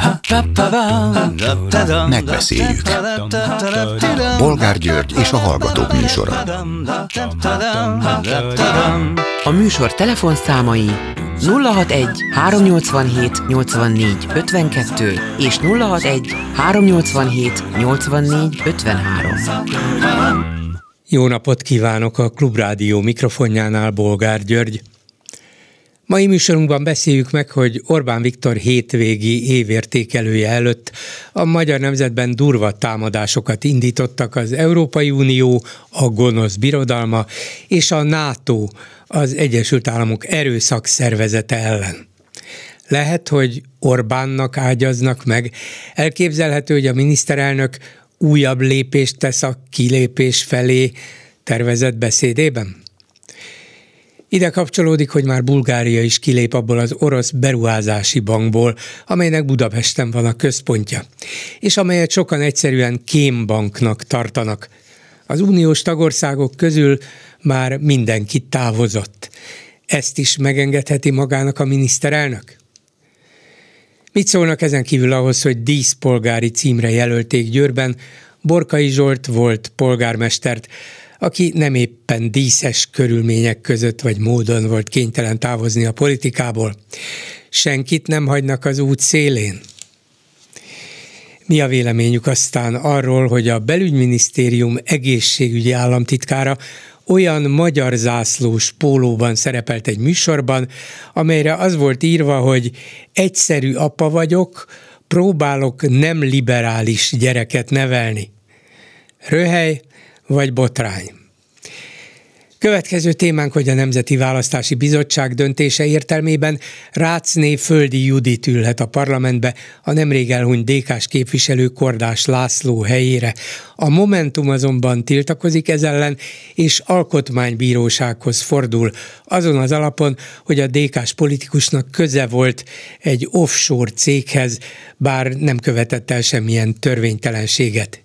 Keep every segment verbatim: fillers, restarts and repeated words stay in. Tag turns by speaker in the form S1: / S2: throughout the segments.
S1: Megbeszéljük. Bolgár György és a Hallgatók műsora.
S2: A műsor telefonszámai nulla hatvanegy háromnyolcvanhét nyolcvannégy ötvenkettő és nulla hatvanegy háromnyolcvanhét nyolcvannégy ötvenhárom.
S3: Jó napot kívánok, a Klubrádió mikrofonjánál Bolgár György. Mai műsorunkban beszéljük meg, hogy Orbán Viktor hétvégi évértékelője előtt a Magyar Nemzetben durva támadásokat indítottak az Európai Unió, a gonosz birodalma és a NATO, az Egyesült Államok erőszakszervezete ellen. Lehet, hogy Orbánnak ágyaznak meg. Elképzelhető, hogy a miniszterelnök újabb lépést tesz a kilépés felé tervezett beszédében? Ide kapcsolódik, hogy már Bulgária is kilép abból az orosz beruházási bankból, amelynek Budapesten van a központja, és amelyet sokan egyszerűen kémbanknak tartanak. Az uniós tagországok közül már mindenki távozott. Ezt is megengedheti magának a miniszterelnök? Mit szólnak ezen kívül ahhoz, hogy díszpolgári címre jelölték Győrben Borkai Zsolt volt polgármestert, aki nem éppen díszes körülmények között vagy módon volt kénytelen távozni a politikából. Senkit nem hagynak az út szélén. Mi a véleményük aztán arról, hogy a belügyminisztérium egészségügyi államtitkára olyan magyar zászlós pólóban szerepelt egy műsorban, amelyre az volt írva, hogy egyszerű apa vagyok, próbálok nem liberális gyereket nevelni. Röhely vagy botrány? Következő témánk, hogy a Nemzeti Választási Bizottság döntése értelmében Ráczné Földi Judit ülhet a parlamentbe a nemrég elhunyt dé ká-s képviselő Kordás László helyére. A Momentum azonban tiltakozik ez ellen, és alkotmánybírósághoz fordul, azon az alapon, hogy a dé ká-s politikusnak köze volt egy offshore céghez, bár nem követett el semmilyen törvénytelenséget.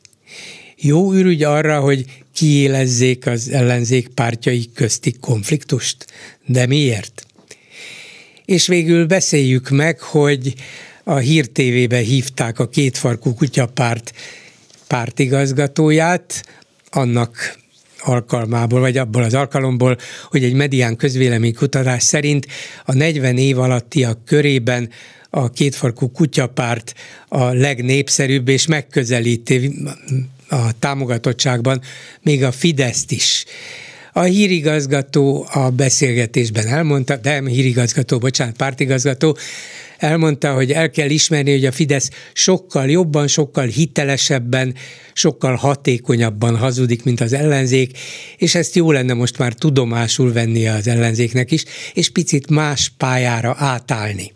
S3: Jó ürügy arra, hogy kiélezzék az ellenzék pártjai közti konfliktust? De miért? És végül beszéljük meg, hogy a Hír té vébe hívták a Kétfarkú Kutyapárt pártigazgatóját, annak alkalmából, vagy abból az alkalomból, hogy egy medián közvéleménykutatás szerint a negyven év alattiak körében a Kétfarkú Kutyapárt a legnépszerűbb, és megközelíti a támogatottságban még a Fideszt is. A hírigazgató a beszélgetésben elmondta, de nem hírigazgató, bocsánat, pártigazgató, elmondta, hogy el kell ismerni, hogy a Fidesz sokkal jobban, sokkal hitelesebben, sokkal hatékonyabban hazudik, mint az ellenzék, és ezt jó lenne most már tudomásul vennie az ellenzéknek is, és picit más pályára átállni.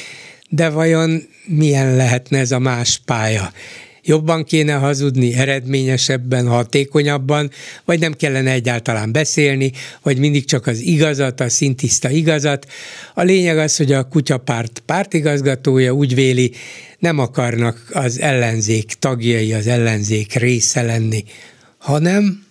S3: De vajon milyen lehetne ez a más pálya? Jobban kéne hazudni, eredményesebben, hatékonyabban, vagy nem kellene egyáltalán beszélni, vagy mindig csak az igazat, a szintiszta igazat. A lényeg az, hogy a Kutyapárt pártigazgatója úgy véli, nem akarnak az ellenzék tagjai, az ellenzék része lenni, hanem...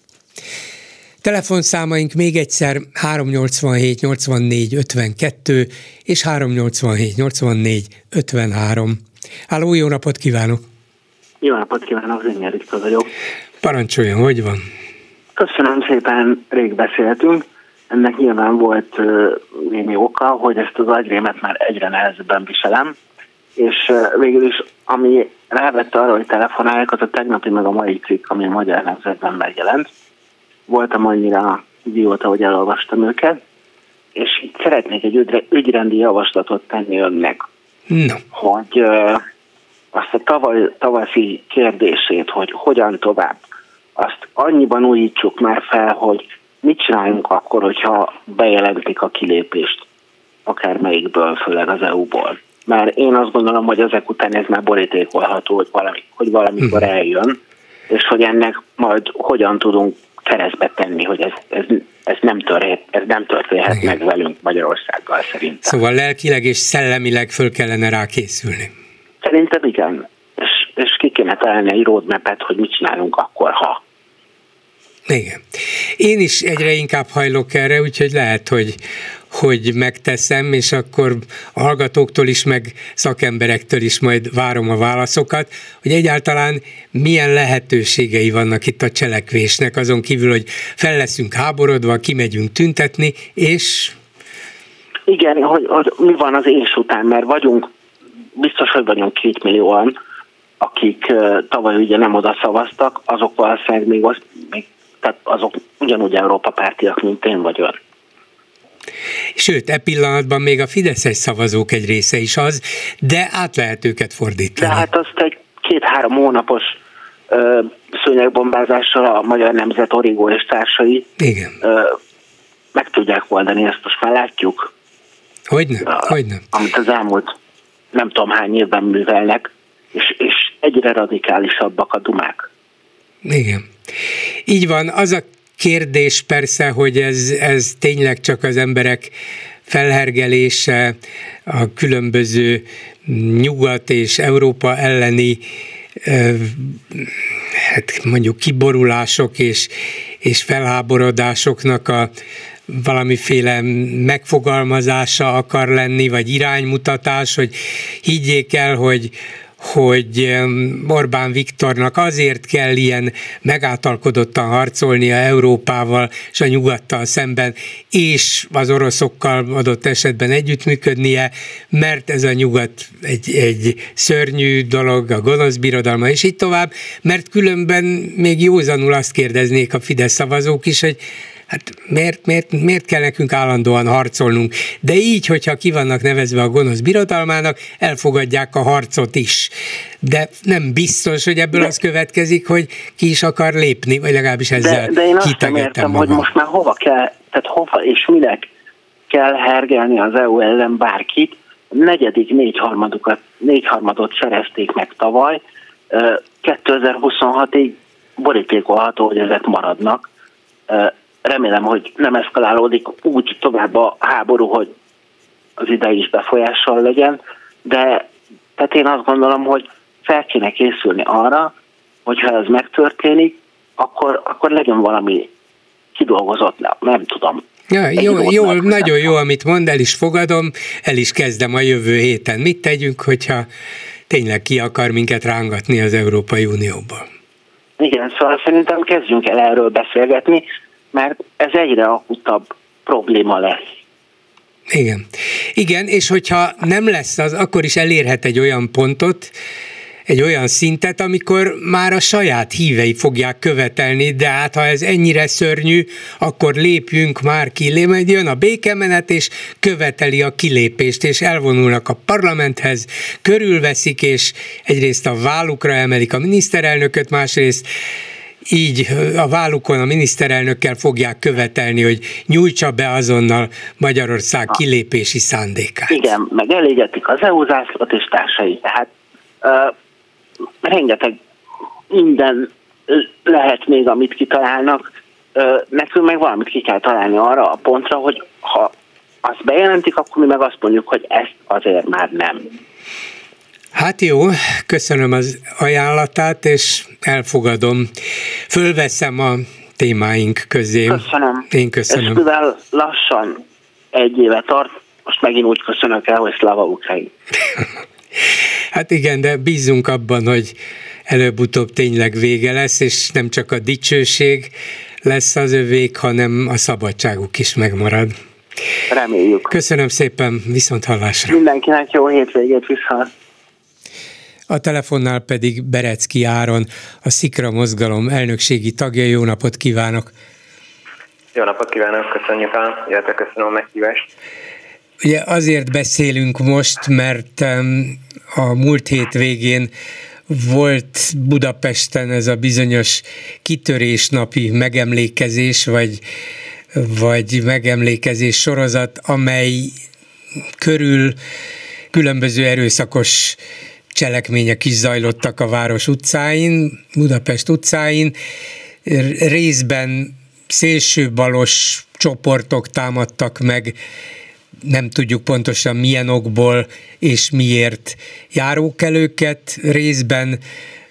S3: Telefonszámaink még egyszer háromnyolcvanhét nyolcvannégy ötvenkettő és háromnyolcvanhét nyolcvannégy ötvenhárom. Háló, jó napot kívánok!
S4: Jó napot kívánok, Zényer Viktor vagyok.
S3: Parancsoljon, hogy van?
S4: Köszönöm szépen, rég beszéltünk. Ennek nyilván volt uh, némi oka, hogy ezt az agyrémet már egyre nehezebben viselem, és uh, végül is, ami rávette arra, hogy telefonálják, az a tegnapi meg a mai cikk, ami a Magyar Nemzetben megjelent. Voltam annyira idióta, hogy elolvastam őket, és itt szeretnék egy ügyrendi javaslatot tenni önnek,
S3: no.
S4: hogy... Uh, azt a tavaly, tavaszi kérdését, hogy hogyan tovább, azt annyiban újítsuk már fel, hogy mit csináljunk akkor, hogyha bejelentik a kilépést, akármelyikből, főleg az é u-ból. Mert én azt gondolom, hogy ezek után ez már borítékolható, hogy, valami, hogy valamikor eljön, és hogy ennek majd hogyan tudunk keresztbe tenni, hogy ez, ez, ez, nem, történhet, ez nem történhet Igen. meg velünk Magyarországgal szerintem.
S3: Szóval lelkileg és szellemileg föl kellene rá készülni.
S4: Szerintem igen, és, és ki kéne találni egy roadmap-et, hogy mit csinálunk akkor, ha.
S3: Igen. Én is egyre inkább hajlok erre, úgyhogy lehet, hogy, hogy megteszem, és akkor a hallgatóktól is, meg szakemberektől is majd várom a válaszokat, hogy egyáltalán milyen lehetőségei vannak itt a cselekvésnek, azon kívül, hogy fel leszünk háborodva, kimegyünk tüntetni, és...
S4: Igen, hogy, hogy mi van az és után, mert vagyunk, biztos, hogy vagyunk két millióan, akik uh, tavaly ugye nem oda szavaztak, azok valószínűleg még, az, még tehát azok ugyanúgy Európa pártiak, mint én vagy ön.
S3: Sőt, e pillanatban még a fideszes szavazók egy része is az, de át lehet őket fordítani.
S4: De hát azt egy két-három hónapos uh, szőnyegbombázással a Magyar Nemzet, Origo és társai
S3: Igen.
S4: Uh, meg tudják oldani, ezt most már látjuk.
S3: Hogyne,
S4: uh,
S3: hogyne.
S4: Amit az elmúlt nem tudom hány évben művelnek, és, és egyre radikálisabbak a dumák.
S3: Igen. Így van, az a kérdés persze, hogy ez, ez tényleg csak az emberek felhergelése, a különböző nyugat és Európa elleni hát mondjuk kiborulások és, és felháborodásoknak a valamiféle megfogalmazása akar lenni, vagy iránymutatás, hogy higgyék el, hogy hogy Orbán Viktornak azért kell ilyen megátalkodottan harcolnia Európával és a nyugattal szemben, és az oroszokkal adott esetben együttműködnie, mert ez a nyugat egy, egy szörnyű dolog, a gonosz birodalma, és így tovább, mert különben még józanul azt kérdeznék a Fidesz szavazók is, hogy hát miért, miért, miért kell nekünk állandóan harcolnunk? De így, hogyha ki vannak nevezve a gonosz birodalmának, elfogadják a harcot is. De nem biztos, hogy ebből az következik, hogy ki is akar lépni, vagy legalábbis ezzel
S4: de, de én azt nem értem, magam. Hogy most már hova kell, tehát hova és minek kell hergelni az é u ellen bárkit. Negyedik négyharmadukat, négyharmadot szerezték meg tavaly, kétezer-huszonhatig borítékolható, hogy ezek maradnak. Remélem, hogy nem eszkalálódik úgy tovább a háború, hogy az ide is befolyással legyen, de tehát én azt gondolom, hogy fel kéne készülni arra, hogyha ez megtörténik, akkor, akkor legyen valami kidolgozott, nem tudom.
S3: Ja, jó, jó, nagyon jó, amit mond, el is fogadom, el is kezdem a jövő héten. Mit tegyünk, hogyha tényleg ki akar minket rángatni az Európai Unióból?
S4: Igen, szóval szerintem kezdjünk el erről beszélgetni, mert ez egyre akutabb probléma lesz.
S3: Igen. Igen, és hogyha nem lesz az, akkor is elérhet egy olyan pontot, egy olyan szintet, amikor már a saját hívei fogják követelni, de hát ha ez ennyire szörnyű, akkor lépjünk már ki. Majd jön a békemenet, és követeli a kilépést, és elvonulnak a parlamenthez, körülveszik, és egyrészt a vállukra emelik a miniszterelnököt, másrészt így a vállukon a miniszterelnökkel fogják követelni, hogy nyújtsa be azonnal Magyarország kilépési szándékát.
S4: Igen, meg elégetik az é u zászlót és társai. Tehát uh, rengeteg minden lehet még, amit kitalálnak. Uh, nekünk meg valamit ki kell találni arra a pontra, hogy ha azt bejelentik, akkor mi meg azt mondjuk, hogy ezt azért már nem.
S3: Hát jó, köszönöm az ajánlatát, és elfogadom. Fölveszem a témáink közé.
S4: Köszönöm.
S3: Én köszönöm.
S4: És mivel lassan egy éve tart, most megint úgy köszönök el, hogy Szlava Ukrajna.
S3: Hát igen, de bízunk abban, hogy előbb-utóbb tényleg vége lesz, és nem csak a dicsőség lesz az övék, hanem a szabadságuk is megmarad.
S4: Reméljük.
S3: Köszönöm szépen, viszont hallásra.
S4: Mindenkinek jó hétvégét, viszont.
S3: A telefonnál pedig Berecki Áron, a Szikra Mozgalom elnökségi tagja. Jó napot kívánok!
S5: Jó napot kívánok, köszönjük a, illetve köszönöm a meghívást.
S3: Ugye azért beszélünk most, mert a múlt hét végén volt Budapesten ez a bizonyos kitörésnapi megemlékezés, vagy, vagy megemlékezés sorozat, amely körül különböző erőszakos cselekmények is zajlottak a város utcáin, Budapest utcáin. Részben szélsőbalos csoportok támadtak meg, nem tudjuk pontosan milyen okból és miért járókelőket, részben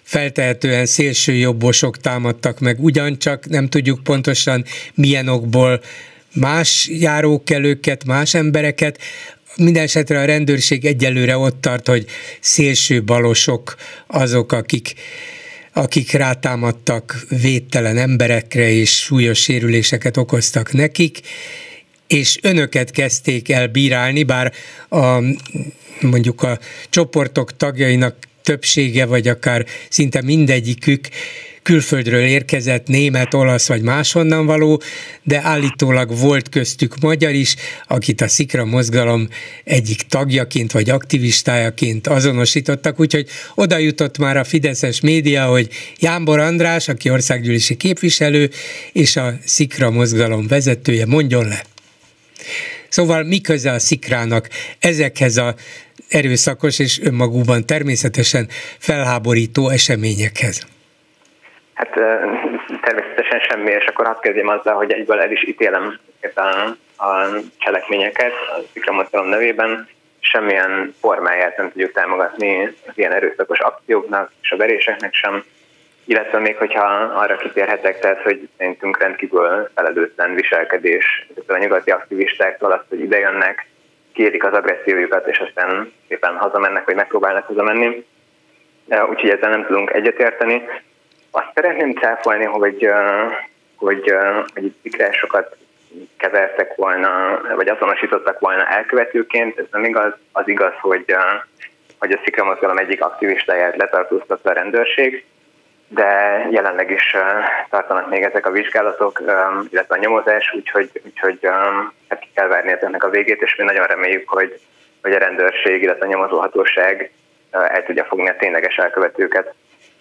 S3: feltehetően szélsőjobbosok támadtak meg, ugyancsak nem tudjuk pontosan milyen okból más járókelőket, más embereket. Mindenesetre a rendőrség egyelőre ott tart, hogy szélső balosok azok, akik, akik rátámadtak védtelen emberekre és súlyos sérüléseket okoztak nekik, és önöket kezdték el bírálni, bár a, mondjuk a csoportok tagjainak többsége, vagy akár szinte mindegyikük külföldről érkezett, német, olasz vagy máshonnan való, de állítólag volt köztük magyar is, akit a Szikra mozgalom egyik tagjaként vagy aktivistájaként azonosítottak, úgyhogy oda jutott már a fideszes média, hogy Jámbor András, aki országgyűlési képviselő, és a Szikra mozgalom vezetője mondjon le. Szóval mi köze a Szikrának ezekhez a erőszakos és önmagukban természetesen felháborító eseményekhez?
S5: Hát természetesen semmi, és akkor hadd kezdjem azzal, hogy egyből el is ítélem a, a cselekményeket a Szikra mozgalom nevében. Semmilyen formáját nem tudjuk támogatni az ilyen erőszakos akcióknak és a veréseknek sem, illetve még hogyha arra kitérhetek, tehát hogy szerintünk rendkívül felelőtlen viselkedés ezekről a nyugati aktivistáktól, azt, hogy idejönnek, kérik az agressziójukat, és aztán szépen hazamennek, vagy megpróbálnak hazamenni. Úgyhogy ezzel nem tudunk egyetérteni. Azt szeretném cáfolni, hogy, hogy, hogy itt szikrásokat kevertek volna, vagy azonosítottak volna elkövetőként. Ez nem igaz. Az igaz, hogy, hogy a Szikra mozgalom egyik aktivistáját letartóztatta a rendőrség, de jelenleg is tartanak még ezek a vizsgálatok, illetve a nyomozás, úgyhogy, úgyhogy hát ki kell várni ezeknek a végét, és mi nagyon reméljük, hogy, hogy a rendőrség, illetve a nyomozóhatóság el tudja fogni a tényleges elkövetőket.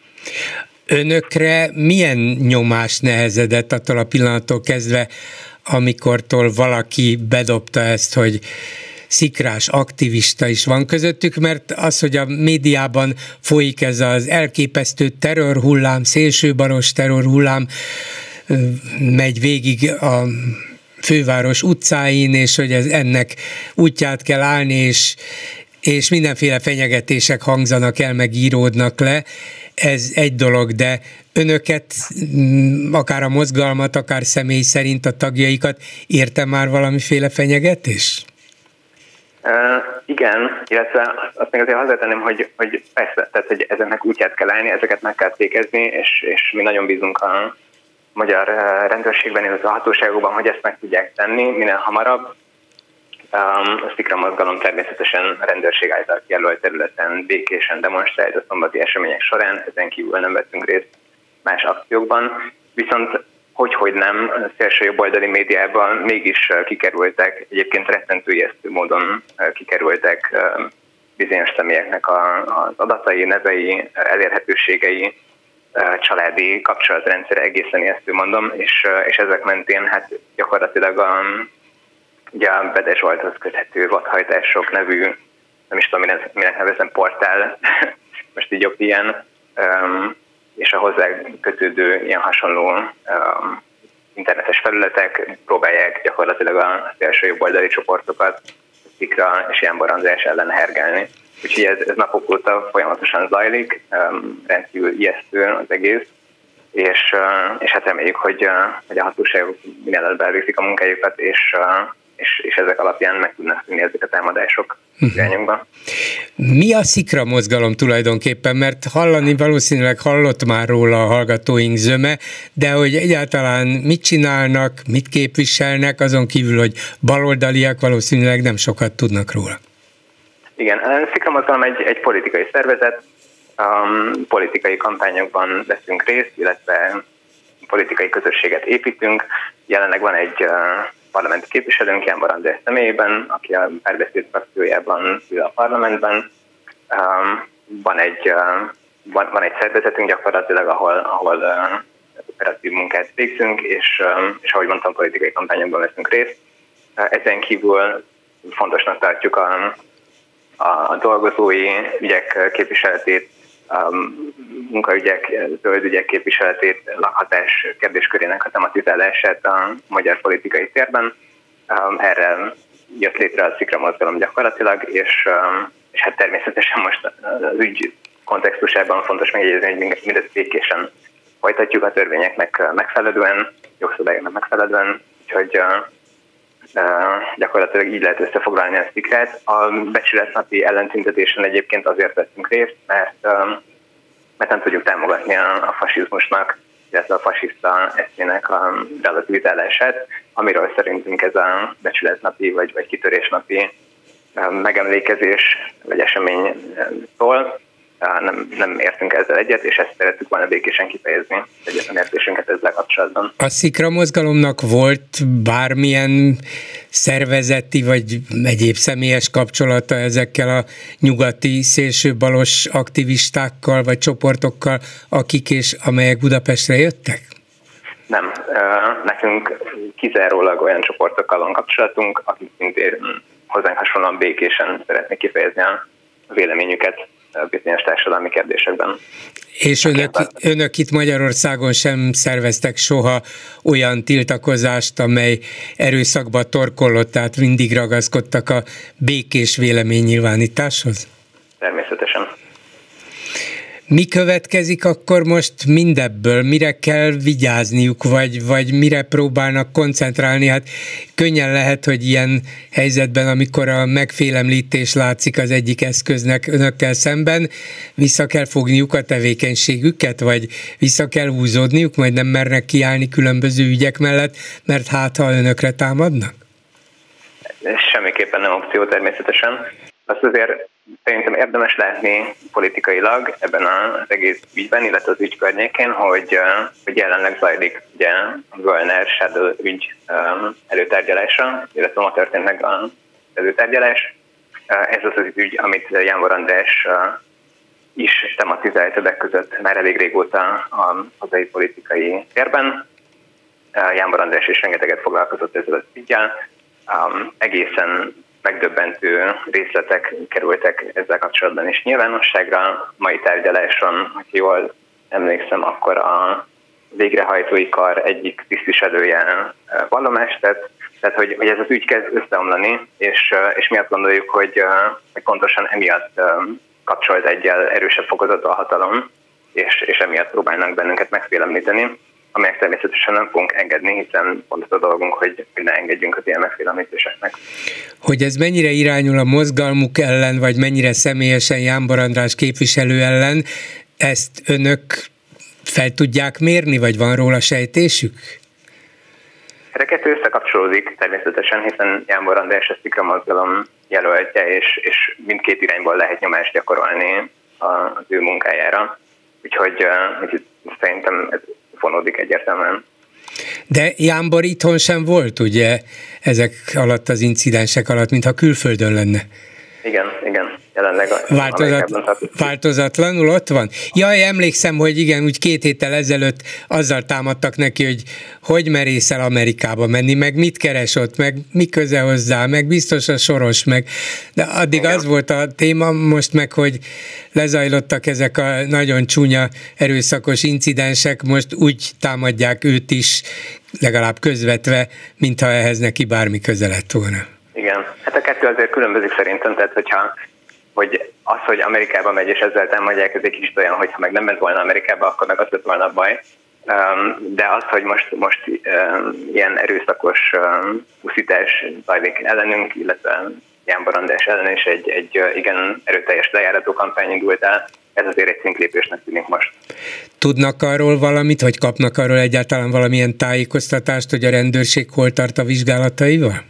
S3: Önökre milyen nyomás nehezedett attól a pillanattól kezdve, amikortól valaki bedobta ezt, hogy szikrás aktivista is van közöttük, mert az, hogy a médiában folyik ez az elképesztő terrorhullám, szélsőbalos terrorhullám, megy végig a főváros utcáin, és hogy ez ennek útját kell állni, és, és mindenféle fenyegetések hangzanak el, meg íródnak le, ez egy dolog, de önöket, akár a mozgalmat, akár személy szerint a tagjaikat érte már valamiféle fenyegetés?
S5: Uh, igen, illetve azt még azért hozzátenném, hogy, hogy persze, tehát, hogy ezeknek útját kell állni, ezeket meg kell fékezni, és, és mi nagyon bízunk a magyar rendőrségben, illetve a hatóságokban, hogy ezt meg tudják tenni minél hamarabb. Um, a Szikra mozgalom természetesen a rendőrség által kijelölt területen békésen demonstrált a szombati események során, ezen kívül nem vettünk részt más akciókban, viszont hogy-hogy nem, a szélső jobboldali médiában mégis kikerültek, egyébként rettentő ijesztő módon kikerültek bizonyos személyeknek az adatai, nevei, elérhetőségei, családi kapcsolatrendszere, egészen ijesztő mondom, és, és ezek mentén hát gyakorlatilag a, ugye a Bede Zsolthoz köthető vadhajtások nevű, nem is tudom, minek nevezem, portál, most így jobb ilyen, és a hozzá kötődő ilyen hasonló um, internetes felületek próbálják gyakorlatilag a szélső jobboldali csoportokat Szikra és Jámbor András ellen hergelni. Úgyhogy ez, ez napok óta folyamatosan zajlik, um, rendkívül ijesztő az egész, és, uh, és hát reméljük, hogy, uh, hogy a hatóságok minél előbb elvégzik a munkájukat, és, uh, és, és ezek alapján meg tudnak szűnni ezek a támadások irányunkban.
S3: Mi a Szikra mozgalom tulajdonképpen? Mert hallani valószínűleg hallott már róla a hallgatóink zöme, de hogy egyáltalán mit csinálnak, mit képviselnek, azon kívül, hogy baloldaliak, valószínűleg nem sokat tudnak róla.
S5: Igen, a Szikra mozgalom egy, egy politikai szervezet, um, politikai kampányokban veszünk részt, illetve politikai közösséget építünk. Jelenleg van egy uh, parlamenti képviselőnk, Jámbor András személyében, aki a Párbeszéd frakciójában ül a parlamentben. Um, van, egy, uh, van, van egy szervezetünk gyakorlatilag, ahol, ahol uh, operatív munkát végzünk, és, um, és ahogy mondtam, politikai kampányokban veszünk részt. Uh, ezen kívül fontosnak tartjuk a, a dolgozói ügyek képviseletét, a munkaügyek, zöld ügyek képviseletét, lakhatás kérdéskörének a tematizálását a magyar politikai térben. Erre jött létre a Szikra mozgalom gyakorlatilag, és, és hát természetesen most az ügy kontextusában fontos megjegyezni, hogy mindezt békésen folytatjuk a törvényeknek megfelelően, jogszabályoknak megfelelően, úgyhogy uh, uh, gyakorlatilag így lehet összefoglalni a szikrát. A becsületnapi ellentüntetésen egyébként azért vettünk részt, mert, uh, mert nem tudjuk támogatni a, a fasizmusnak, illetve a fasiszta eszmének a relativizálását, amiről szerintünk ez a becsületnapi vagy, vagy kitörésnapi uh, megemlékezés vagy esemény szól. Nem, nem értünk ezzel egyet, és ezt szerettük volna békésen kifejezni egyetlenértésünket ezzel kapcsolatban.
S3: A Szikra mozgalomnak volt bármilyen szervezeti vagy egyéb személyes kapcsolata ezekkel a nyugati szélsőbalos aktivistákkal vagy csoportokkal, akik és amelyek Budapestre jöttek?
S5: Nem. Nekünk kizárólag olyan csoportokkal van kapcsolatunk, akik szintén hozzánk hasonlóan békésen szeretnék kifejezni a véleményüket bizonyos társadalmi kérdésekben.
S3: És önök, önök itt Magyarországon sem szerveztek soha olyan tiltakozást, amely erőszakba torkollott, tehát mindig ragaszkodtak a békés véleménynyilvánításhoz?
S5: Természetesen.
S3: Mi következik akkor most mindebből? Mire kell vigyázniuk, vagy, vagy mire próbálnak koncentrálni? Hát könnyen lehet, hogy ilyen helyzetben, amikor a megfélemlítés látszik az egyik eszköznek önökkel szemben, vissza kell fogniuk a tevékenységüket, vagy vissza kell húzódniuk, majd nem mernek kiállni különböző ügyek mellett, mert hát ha önökre támadnak?
S5: Semmiképpen nem opció természetesen. Azt azért szerintem érdemes látni politikailag ebben az egész ügyben, illetve az ügy környékén, hogy, hogy jelenleg zajlik ugye a Göllner Shadow ügy előtárgyalása, illetve ma történt meg az előtárgyalás. Ez az az ügy, amit Jánbor András is tematizált többek között már elég régóta a hazai politikai térben. Jánbor András is rengeteget foglalkozott ezzel az üggyel. Egészen megdöbbentő részletek kerültek ezzel kapcsolatban is nyilvánosságra. Mai tárgyaláson, hogyha jól emlékszem, akkor a végrehajtói kar egyik tisztviselője vallomást tett, tehát hogy, hogy ez az ügy kezd összeomlani, és, és mi azt gondoljuk, hogy, hogy pontosan emiatt kapcsolt egyel erősebb fokozatú a hatalom, és, és emiatt próbálnak bennünket megfélemlíteni, amelyek természetesen nem fogunk engedni, hiszen pont az a dolgunk, hogy ne engedjünk az ilyen megfélemlítéseknek.
S3: Hogy ez mennyire irányul a mozgalmuk ellen, vagy mennyire személyesen Jánbor András képviselő ellen, ezt önök fel tudják mérni, vagy van róla sejtésük?
S5: Erre kettő összekapcsolódik természetesen, hiszen Jánbor András a Szikra mozgalom jelöltje, és, és mindkét irányból lehet nyomást gyakorolni az ő munkájára. Úgyhogy, úgyhogy szerintem ez fonódik egyértelműen.
S3: De Jánbor itthon sem volt, ugye, ezek alatt az incidensek alatt, mintha külföldön lenne.
S5: Igen, igen. Jelenleg
S3: Változat, változatlanul ott van? Jaj, emlékszem, hogy igen, úgy két héttel ezelőtt azzal támadtak neki, hogy hogy merészel Amerikába menni, meg mit keres ott, meg mi köze hozzá, meg biztos a Soros, meg. De addig igen. Az volt a téma, most meg, hogy lezajlottak ezek a nagyon csúnya, erőszakos incidensek, most úgy támadják őt is, legalább közvetve, mintha ehhez neki bármi köze lett volna.
S5: Igen, hát a kettő azért különbözik szerintem, tehát hogyha hogy az, hogy Amerikába megy és ezzel támadják, ez egy kicsit olyan, hogy ha meg nem ment volna Amerikába, akkor meg az lett volna a baj. De az, hogy most, most ilyen erőszakos uszítás zajlik ellenünk, illetve Jánbor András ellen is egy, egy igen erőteljes lejárató kampány indult el, ez azért egy szintlépésnek tűnik most.
S3: Tudnak arról valamit, vagy kapnak arról egyáltalán valamilyen tájékoztatást, hogy a rendőrség hol tart a vizsgálataival?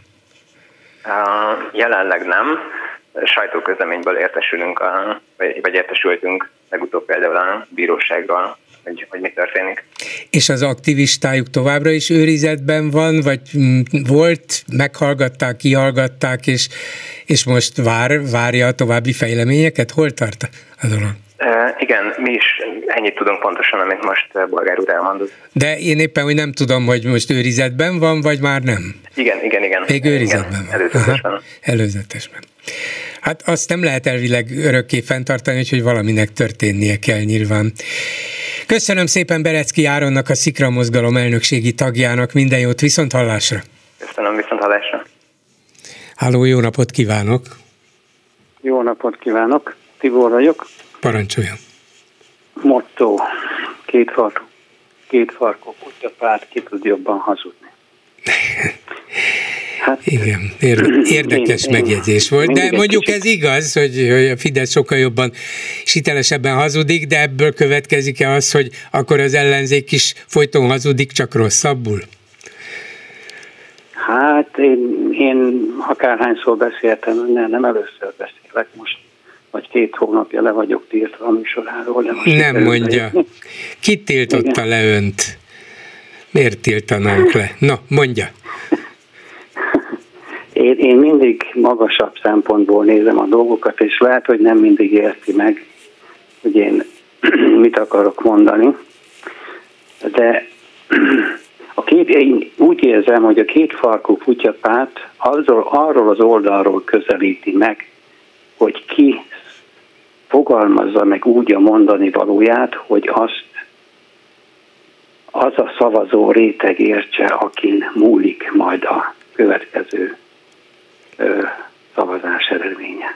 S5: Uh, jelenleg nem. Sajtóközleményből értesülünk, a, vagy, vagy értesültünk legutóbb például a bíróságról, hogy, hogy mi történik.
S3: És az aktivistájuk továbbra is őrizetben van, vagy volt, meghallgatták, kihallgatták, és, és most vár, várja a további fejleményeket? Hol tart a dolog?
S5: Uh, igen, mi is ennyit tudunk pontosan, amit most Bolgár úr elmondott.
S3: De én éppen, hogy nem tudom, hogy most őrizetben van, vagy már nem?
S5: Igen, igen, igen.
S3: Még őrizetben
S5: igen,
S3: van.
S5: Előzetesben.
S3: Aha, előzetesben. Hát azt nem lehet elvileg örökké fenntartani, hogy valaminek történnie kell nyilván. Köszönöm szépen Berecki Áronnak, a Szikra mozgalom elnökségi tagjának. Minden jót, viszont hallásra.
S5: Köszönöm, viszont hallásra.
S3: Halló, jó napot kívánok!
S6: Jó napot kívánok, Tibor vagyok.
S3: Parancsoljon!
S6: motto, két farkú, két farkú kutyapárt, ki tud jobban hazudni.
S3: Hát, igen, érdekes én, megjegyzés volt, de mondjuk kicsit. Ez igaz, hogy, hogy a Fidesz sokkal jobban és hitelesebben hazudik, de ebből következik-e az, hogy akkor az ellenzék is folyton hazudik, csak rosszabbul?
S6: Hát én, én akárhányszor beszéltem, nem, nem először beszélek most, vagy két hónapja le vagyok tiltva a műsoráról. De most
S3: nem mondja. Ki tiltotta igen. le önt? Miért tiltanánk le? Na, mondja.
S6: Én, én mindig magasabb szempontból nézem a dolgokat, és lehet, hogy nem mindig érti meg, hogy én mit akarok mondani. De a két, én úgy érzem, hogy a kétfarkú kutyapárt arról, arról az oldalról közelíti meg, hogy ki fogalmazza meg úgy a mondani valóját, hogy azt az a szavazó réteg értse, akin múlik majd a következő ö, szavazás eredménye.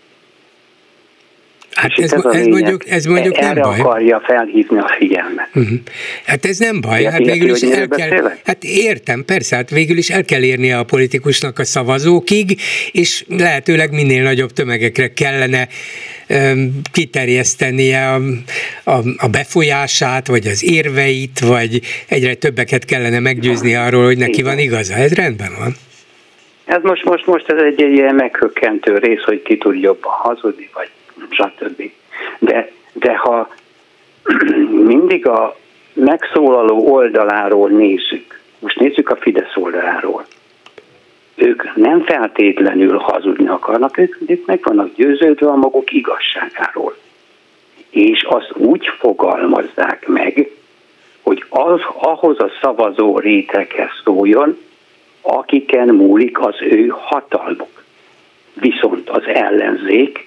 S3: Hát ez, ez, ez mondjuk, ez mondjuk nem baj.
S6: Erre akarja felhívni a figyelmet.
S3: Uh-huh. Hát ez nem baj, hát végül is el kell, hát értem, persze, hát végül is el kell érnie a politikusnak a szavazókig, és lehetőleg minél nagyobb tömegekre kellene um, kiterjesztenie a, a, a befolyását, vagy az érveit, vagy egyre többeket kellene meggyőzni arról, hogy neki van igaza. Ez rendben van.
S6: Ez most, most, most ez egy, egy ilyen meghökkentő rész, hogy ki tud jobban hazudni, vagy stb. De, de ha mindig a megszólaló oldaláról nézzük, most nézzük a Fidesz oldaláról, ők nem feltétlenül hazudni akarnak, ők, ők meg vannak győződve a maguk igazságáról. És azt úgy fogalmazzák meg, hogy az ahhoz a szavazó réteghez szóljon, akiken múlik az ő hatalmuk. Viszont az ellenzék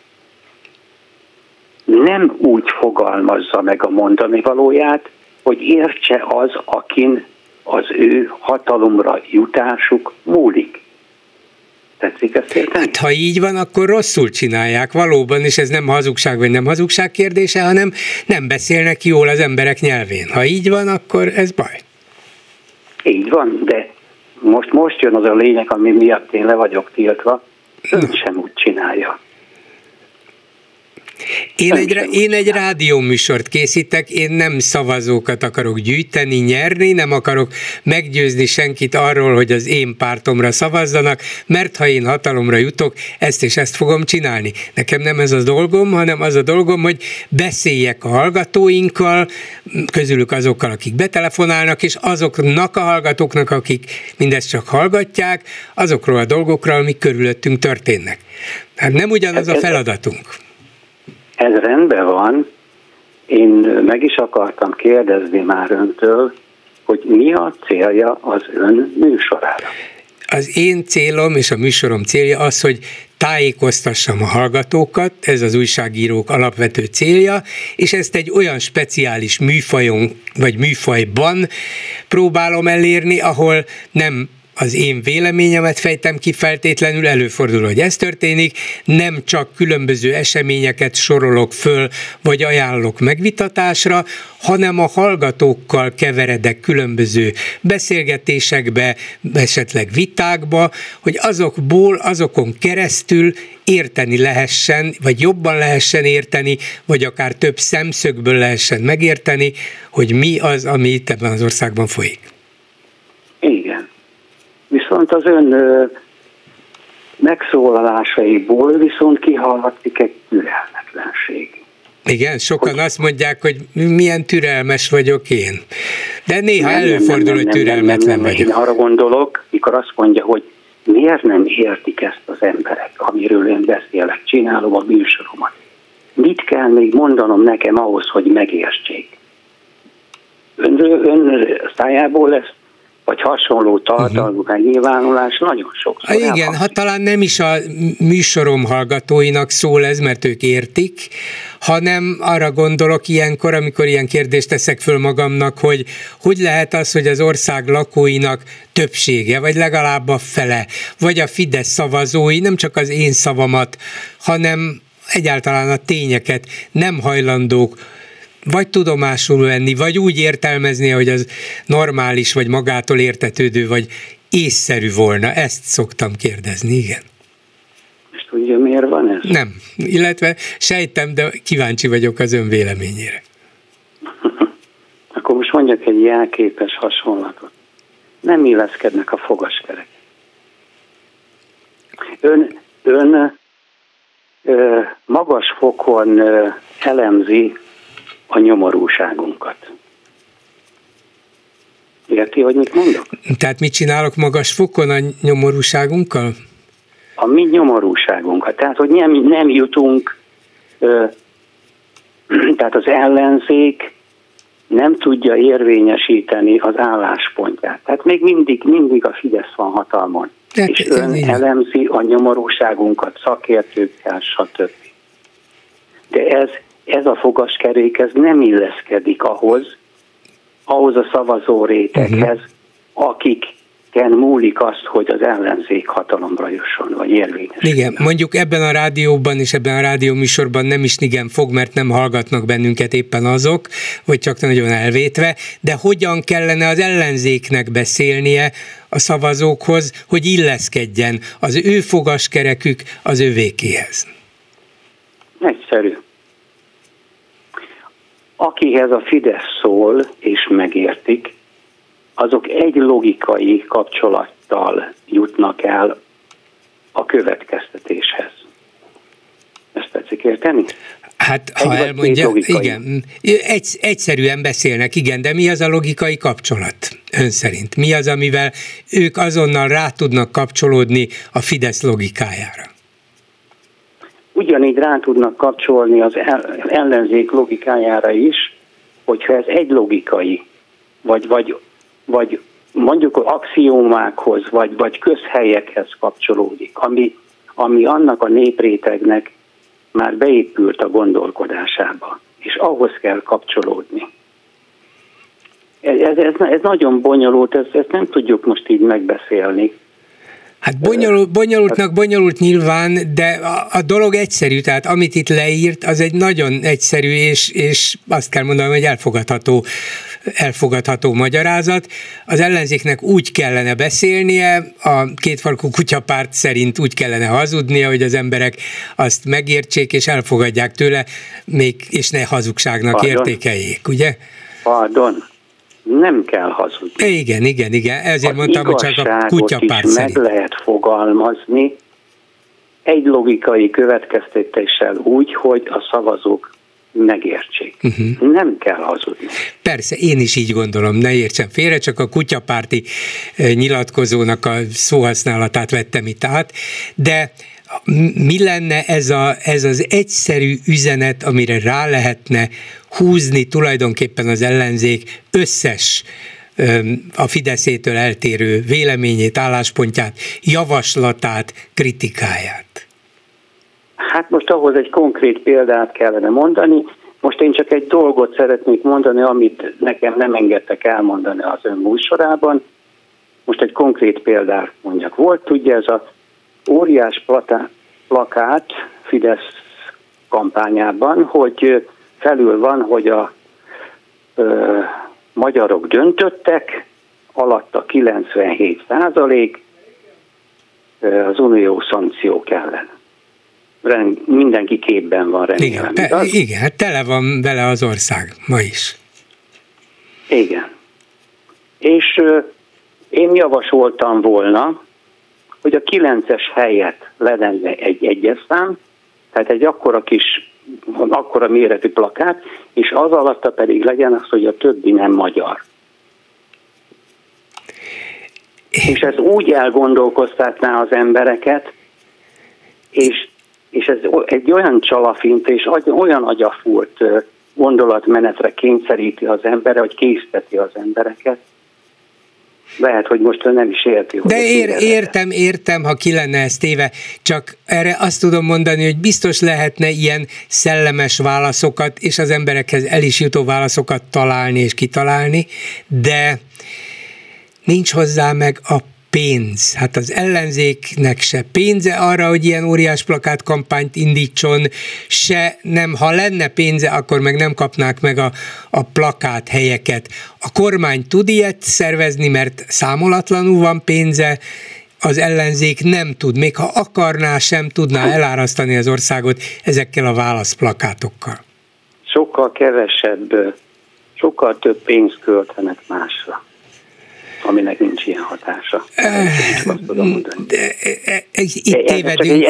S6: nem úgy fogalmazza meg a mondani valóját, hogy értse az, akin az ő hatalomra jutásuk múlik. Tetszik ezt érteni?
S3: Hát, ha így van, akkor rosszul csinálják valóban, és ez nem hazugság vagy nem hazugság kérdése, hanem nem beszélnek jól az emberek nyelvén. Ha így van, akkor ez baj.
S6: Így van, de most, most jön az a lényeg, ami miatt én le vagyok tiltva, ön sem úgy csinálja.
S3: Én egy, én egy rádióműsort készítek, én nem szavazókat akarok gyűjteni, nyerni, nem akarok meggyőzni senkit arról, hogy az én pártomra szavazzanak, mert ha én hatalomra jutok, ezt és ezt fogom csinálni. Nekem nem ez a dolgom, hanem az a dolgom, hogy beszéljek a hallgatóinkkal, közülük azokkal, akik betelefonálnak, és azoknak a hallgatóknak, akik mindezt csak hallgatják, azokról a dolgokról, amik körülöttünk történnek. Hát nem ugyanaz a feladatunk.
S6: Ez rendben van. Én meg is akartam kérdezni már öntől, hogy mi a célja az ön műsorára.
S3: Az én célom és a műsorom célja az, hogy tájékoztassam a hallgatókat, ez az újságírók alapvető célja, és ezt egy olyan speciális műfajon vagy műfajban próbálom elérni, ahol nem az én véleményemet fejtem ki feltétlenül, előfordul, hogy ez történik, nem csak különböző eseményeket sorolok föl, vagy ajánlok megvitatásra, hanem a hallgatókkal keveredek különböző beszélgetésekbe, esetleg vitákba, hogy azokból, azokon keresztül érteni lehessen, vagy jobban lehessen érteni, vagy akár több szemszögből lehessen megérteni, hogy mi az, ami itt ebben az országban folyik.
S6: Igen. Viszont az ön ö, megszólalásaiból viszont kihallatszik egy türelmetlenség.
S3: Igen, sokan hogy, azt mondják, hogy milyen türelmes vagyok én. De néha nem, előfordul, nem, nem, hogy türelmetlen nem, nem, nem, vagyok. Én
S6: arra gondolok, mikor azt mondja, hogy miért nem értik ezt az emberek, amiről én beszélek, csinálom a műsoromat. Mit kell még mondanom nekem ahhoz, hogy megértsék? Ön, ön szájából lesz vagy hasonló tartalmú uh-huh. megnyilvánulás nagyon sokszor.
S3: Igen, elhangzik. Ha talán nem is a műsorom hallgatóinak szól ez, mert ők értik, hanem arra gondolok ilyenkor, amikor ilyen kérdést teszek föl magamnak, hogy hogy lehet az, hogy az ország lakóinak többsége, vagy legalább a fele, vagy a Fidesz szavazói, nem csak az én szavamat, hanem egyáltalán a tényeket nem hajlandók vagy tudomásul venni, vagy úgy értelmezni, hogy az normális, vagy magától értetődő, vagy észszerű volna. Ezt szoktam kérdezni, igen.
S6: És tudja, miért van ez?
S3: Nem, illetve sejtem, de kíváncsi vagyok az ön véleményére.
S6: Akkor most mondjak egy jelképes hasonlatot. Nem illeszkednek a fogaskerek. Ön, ön ö, magas fokon ö, elemzi a nyomorúságunkat. Érti, hogy mit mondok?
S3: Tehát mit csinálok magas fokon a nyomorúságunkkal?
S6: A mi nyomorúságunkat. Tehát, hogy nem, nem jutunk, ö, tehát az ellenzék nem tudja érvényesíteni az álláspontját. Tehát még mindig, mindig a Fidesz van hatalmon. Hát, és ön igen. elemzi a nyomorúságunkat szakértőkkel, stb. De ez, ez a fogaskerék, ez nem illeszkedik ahhoz, ahhoz a szavazó réteghez, uh-huh. akiken múlik azt, hogy az ellenzék hatalomra jusson, vagy érvényesüljön.
S3: Igen, mondjuk ebben a rádióban és ebben a rádióműsorban nem is igen fog, mert nem hallgatnak bennünket éppen azok, vagy csak nagyon elvétve, de hogyan kellene az ellenzéknek beszélnie a szavazókhoz, hogy illeszkedjen az ő fogaskerekük az övékéhez?
S6: Egyszerű. Akihez a Fidesz szól és megértik, azok egy logikai kapcsolattal jutnak el a következtetéshez. Ezt tetszik érteni?
S3: Hát, ha egy elmondja, igen, egy, egyszerűen beszélnek, igen, de mi az a logikai kapcsolat ön szerint? Mi az, amivel ők azonnal rá tudnak kapcsolódni a Fidesz logikájára?
S6: Ugyanígy rá tudnak kapcsolni az ellenzék logikájára is, hogyha ez egy logikai, vagy, vagy, vagy mondjuk axiómákhoz, vagy, vagy közhelyekhez kapcsolódik, ami, ami annak a néprétegnek már beépült a gondolkodásába, és ahhoz kell kapcsolódni. Ez, ez, ez nagyon bonyolult, ezt, ezt nem tudjuk most így megbeszélni.
S3: Hát bonyolult, bonyolultnak bonyolult nyilván, de a, a dolog egyszerű, tehát amit itt leírt, az egy nagyon egyszerű, és, és azt kell mondanom, hogy elfogadható, elfogadható magyarázat. Az ellenzéknek úgy kellene beszélnie, a kétfarkú kutyapárt szerint úgy kellene hazudnia, hogy az emberek azt megértsék, és elfogadják tőle, még, és ne hazugságnak Pardon. értékeljék, ugye?
S6: Pardon. Nem kell hazudni.
S3: Igen, igen, igen. Ezért
S6: az
S3: mondtam, hogy csak a kutyapárt
S6: is
S3: szerint.
S6: Meg lehet fogalmazni egy logikai következtetéssel úgy, hogy a szavazók megértsék. Uh-huh. Nem kell hazudni.
S3: Persze, én is így gondolom, ne értsen félre, csak a kutyapárti nyilatkozónak a szóhasználatát vettem itt át, de mi lenne ez, a, ez az egyszerű üzenet, amire rá lehetne húzni tulajdonképpen az ellenzék összes a Fideszétől eltérő véleményét, álláspontját, javaslatát, kritikáját?
S6: Hát most ahhoz egy konkrét példát kellene mondani. Most én csak egy dolgot szeretnék mondani, amit nekem nem engedtek elmondani az ön műsorában. Most egy konkrét példát mondjak. Volt, tudja, ez a óriás platá, plakát Fidesz kampányában, hogy felül van, hogy a ö, magyarok döntöttek, alatta kilencvenhét százalék az unió szankciók ellen. Mindenki képben van, remélem.
S3: Igen, te, igen, hát tele van vele az ország ma is.
S6: Igen. És ö, én javasoltam volna, hogy a kilences helyett legyen egy egyes szám, tehát egy akkora kis, akkora méretű plakát, és az alatta pedig legyen az, hogy a többi nem magyar. És ez úgy elgondolkoztatná az embereket, és, és ez egy olyan csalafint, és olyan agyafúrt gondolatmenetre kényszeríti az emberre, hogy készteti az embereket. Lehet, hogy most nem is érti.
S3: De ér, értem, értem, ha ki lenne ez téve, csak erre azt tudom mondani, hogy biztos lehetne ilyen szellemes válaszokat, és az emberekhez el is jutó válaszokat találni és kitalálni, de nincs hozzá meg a pénz. Hát az ellenzéknek se pénze arra, hogy ilyen óriás plakátkampányt indítson, se nem, ha lenne pénze, akkor meg nem kapnák meg a, a plakát helyeket. A kormány tud ilyet szervezni, mert számolatlanul van pénze, az ellenzék nem tud, még ha akarná, sem tudná elárasztani az országot ezekkel a válaszplakátokkal.
S6: Sokkal kevesebb, sokkal több pénzt költenek másra, aminek nincs ilyen hatása.
S3: Itt tévedünk.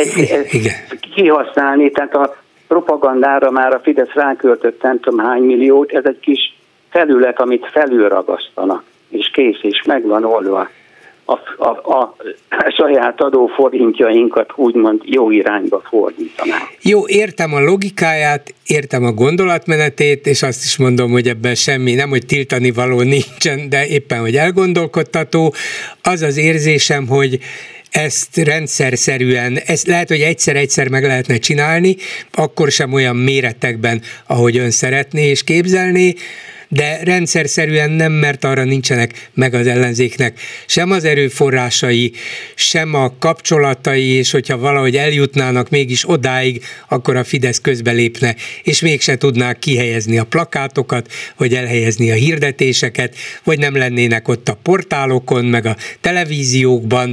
S6: Kihasználni, tehát a propagandára már a Fidesz ráköltött nem tudom hány milliót, ez egy kis felület, amit felülragasztanak, és kész, és megvan oldva. A, a, a saját adóforintjainkat úgymond jó irányba fordítanák.
S3: Jó, értem a logikáját, értem a gondolatmenetét, és azt is mondom, hogy ebben semmi, nem hogy tiltani való nincsen, de éppen, hogy elgondolkodtató. Az az érzésem, hogy ezt rendszerszerűen, ezt lehet, hogy egyszer-egyszer meg lehetne csinálni, akkor sem olyan méretekben, ahogy ön szeretné és képzelné, de rendszerszerűen nem, mert arra nincsenek meg az ellenzéknek sem az erőforrásai, sem a kapcsolatai, és hogyha valahogy eljutnának mégis odáig, akkor a Fidesz közbelépne, és mégse tudnák kihelyezni a plakátokat, vagy elhelyezni a hirdetéseket, vagy nem lennének ott a portálokon, meg a televíziókban,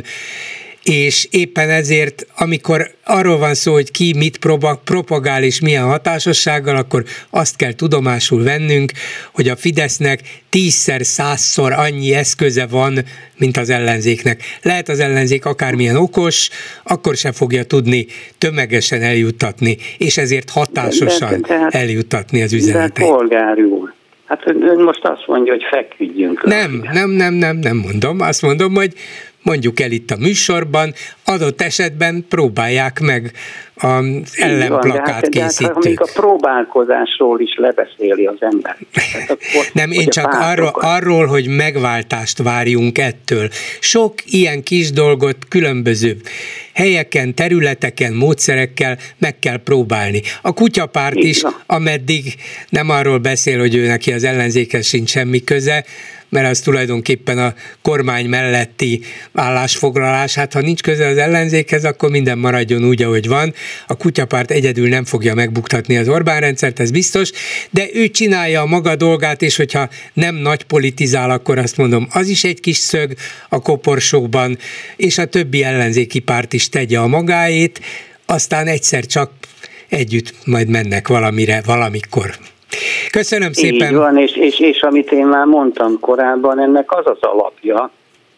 S3: és éppen ezért, amikor arról van szó, hogy ki mit propagál és milyen hatásossággal, akkor azt kell tudomásul vennünk, hogy a Fidesznek tízszer, százszor annyi eszköze van, mint az ellenzéknek. Lehet az ellenzék akármilyen okos, akkor sem fogja tudni tömegesen eljuttatni, és ezért hatásosan de, de, de, eljuttatni az üzeneteit.
S6: De polgár úr, hát ön most azt mondja, hogy feküdjünk.
S3: Nem, nem, nem, nem, nem mondom. Azt mondom, hogy mondjuk el itt a műsorban, adott esetben próbálják meg az ellenplakát készítők.
S6: De hát, a próbálkozásról is lebeszéli az ember. Hát akkor,
S3: nem, én csak arról, arról, hogy megváltást várjunk ettől. Sok ilyen kis dolgot különböző helyeken, területeken, módszerekkel meg kell próbálni. A kutyapárt is, ameddig nem arról beszél, hogy ő neki az ellenzékhez sincs semmi köze, mert az tulajdonképpen a kormány melletti állásfoglalás. Hát ha nincs köze az ellenzékhez, akkor minden maradjon úgy, ahogy van. A kutyapárt egyedül nem fogja megbuktatni az Orbán rendszert, ez biztos, de ő csinálja a maga dolgát, és hogyha nem nagy politizál, akkor azt mondom, az is egy kis szög a koporsókban, és a többi ellenzéki párt is tegye a magáét, aztán egyszer csak együtt majd mennek valamire, valamikor. Köszönöm szépen.
S6: Így van, és, és, és amit én már mondtam korábban, ennek az az alapja,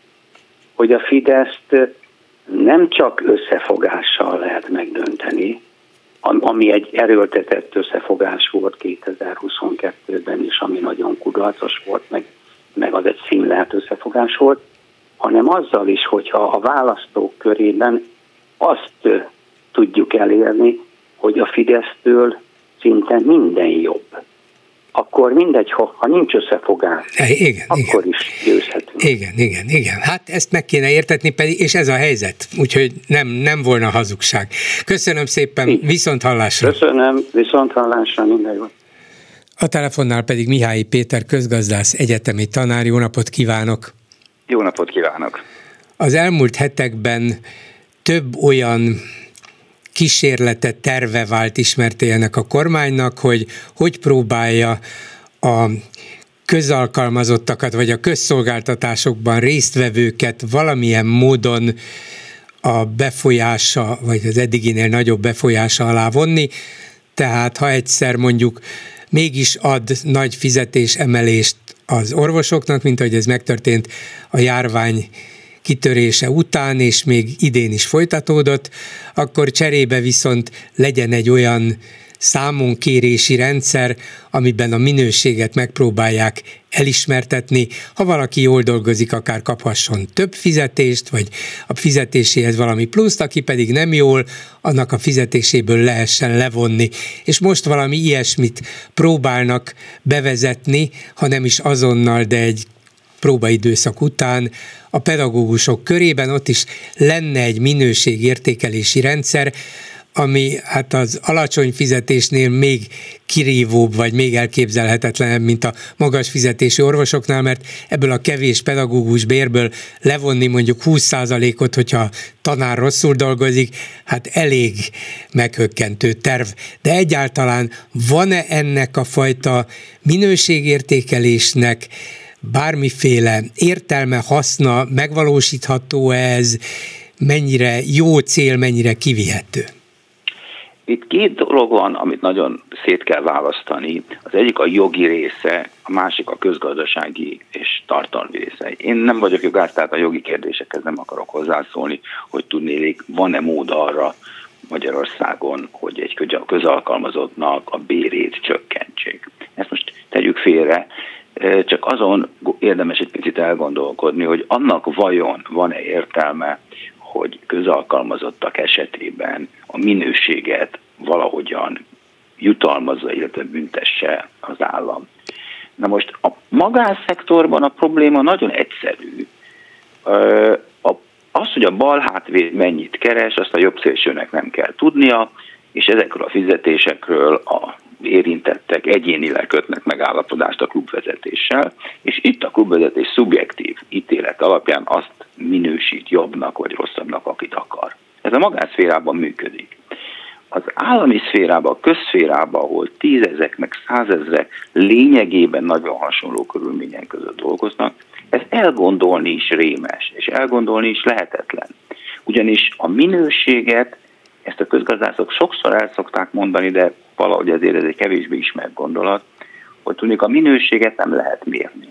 S6: hogy a Fideszt nem csak összefogással lehet megdönteni, ami egy erőltetett összefogás volt kétezer-huszonkettőben is, ami nagyon kudarcos volt, meg, meg az egy színlelt összefogás volt, hanem azzal is, hogyha a választók körében azt tudjuk elérni, hogy a Fidesztől szinte minden jobb. Akkor mindegy, ha, ha nincs összefogás, igen, akkor igen. is győzhetünk.
S3: Igen, igen, igen. Hát ezt meg kéne értetni pedig, és ez a helyzet. Úgyhogy nem, nem volna hazugság. Köszönöm szépen, igen. Viszont hallásra.
S6: Köszönöm, viszont hallásra, minden jó.
S3: A telefonnál pedig Mihály Péter közgazdász, egyetemi tanár. Jó napot kívánok!
S7: Jó napot kívánok!
S3: Az elmúlt hetekben több olyan kísérlete, terve vált ismerté ennek a kormánynak, hogy hogy próbálja a közalkalmazottakat, vagy a közszolgáltatásokban résztvevőket valamilyen módon a befolyása, vagy az eddiginél nagyobb befolyása alá vonni. Tehát ha egyszer mondjuk mégis ad nagy fizetésemelést az orvosoknak, mint ahogy ez megtörtént a járvány kitörése után, és még idén is folytatódott, akkor cserébe viszont legyen egy olyan számonkérési rendszer, amiben a minőséget megpróbálják elismertetni. Ha valaki jól dolgozik, akár kaphasson több fizetést, vagy a fizetéséhez valami pluszt, aki pedig nem jól, annak a fizetéséből lehessen levonni. És most valami ilyesmit próbálnak bevezetni, ha nem is azonnal, de egy próbaidőszak után a pedagógusok körében. Ott is lenne egy minőségértékelési rendszer, ami hát az alacsony fizetésnél még kirívóbb, vagy még elképzelhetetlenebb, mint a magas fizetésű orvosoknál, mert ebből a kevés pedagógus bérből levonni mondjuk húsz százalékot, hogyha tanár rosszul dolgozik, hát elég meghökkentő terv. De egyáltalán van-e ennek a fajta minőségértékelésnek bármiféle értelme, haszna, megvalósítható ez, mennyire jó cél, mennyire kivihető?
S8: Itt két dolog van, amit nagyon szét kell választani. Az egyik a jogi része, a másik a közgazdasági és tartalmi része. Én nem vagyok jogász, tehát a jogi kérdésekhez nem akarok hozzászólni, hogy tudnélik, van-e mód arra Magyarországon, hogy egy közalkalmazottnak a bérét csökkentsék. Ezt most tegyük félre, csak azon érdemes egy picit elgondolkodni, hogy annak vajon van-e értelme, hogy közalkalmazottak esetében a minőséget valahogyan jutalmazza, illetve büntesse az állam. Na most a magánszektorban a probléma nagyon egyszerű. Az, hogy a balhátvéd mennyit keres, azt a jobbszélsőnek nem kell tudnia, és ezekről a fizetésekről a érintettek egyénileg kötnek megállapodást a klubvezetéssel, és itt a klubvezetés szubjektív ítélet alapján azt minősít jobbnak vagy rosszabbnak, akit akar. Ez a magánszférában működik. Az állami szférában, a közszférában, ahol tízezek meg százezrek lényegében nagyon hasonló körülmények között dolgoznak, ez elgondolni is rémes, és elgondolni is lehetetlen. Ugyanis a minőséget, ezt a közgazdászok sokszor el szokták mondani, de valahogy ezért ez egy kevésbé ismert gondolat, hogy tudnék, a minőséget nem lehet mérni.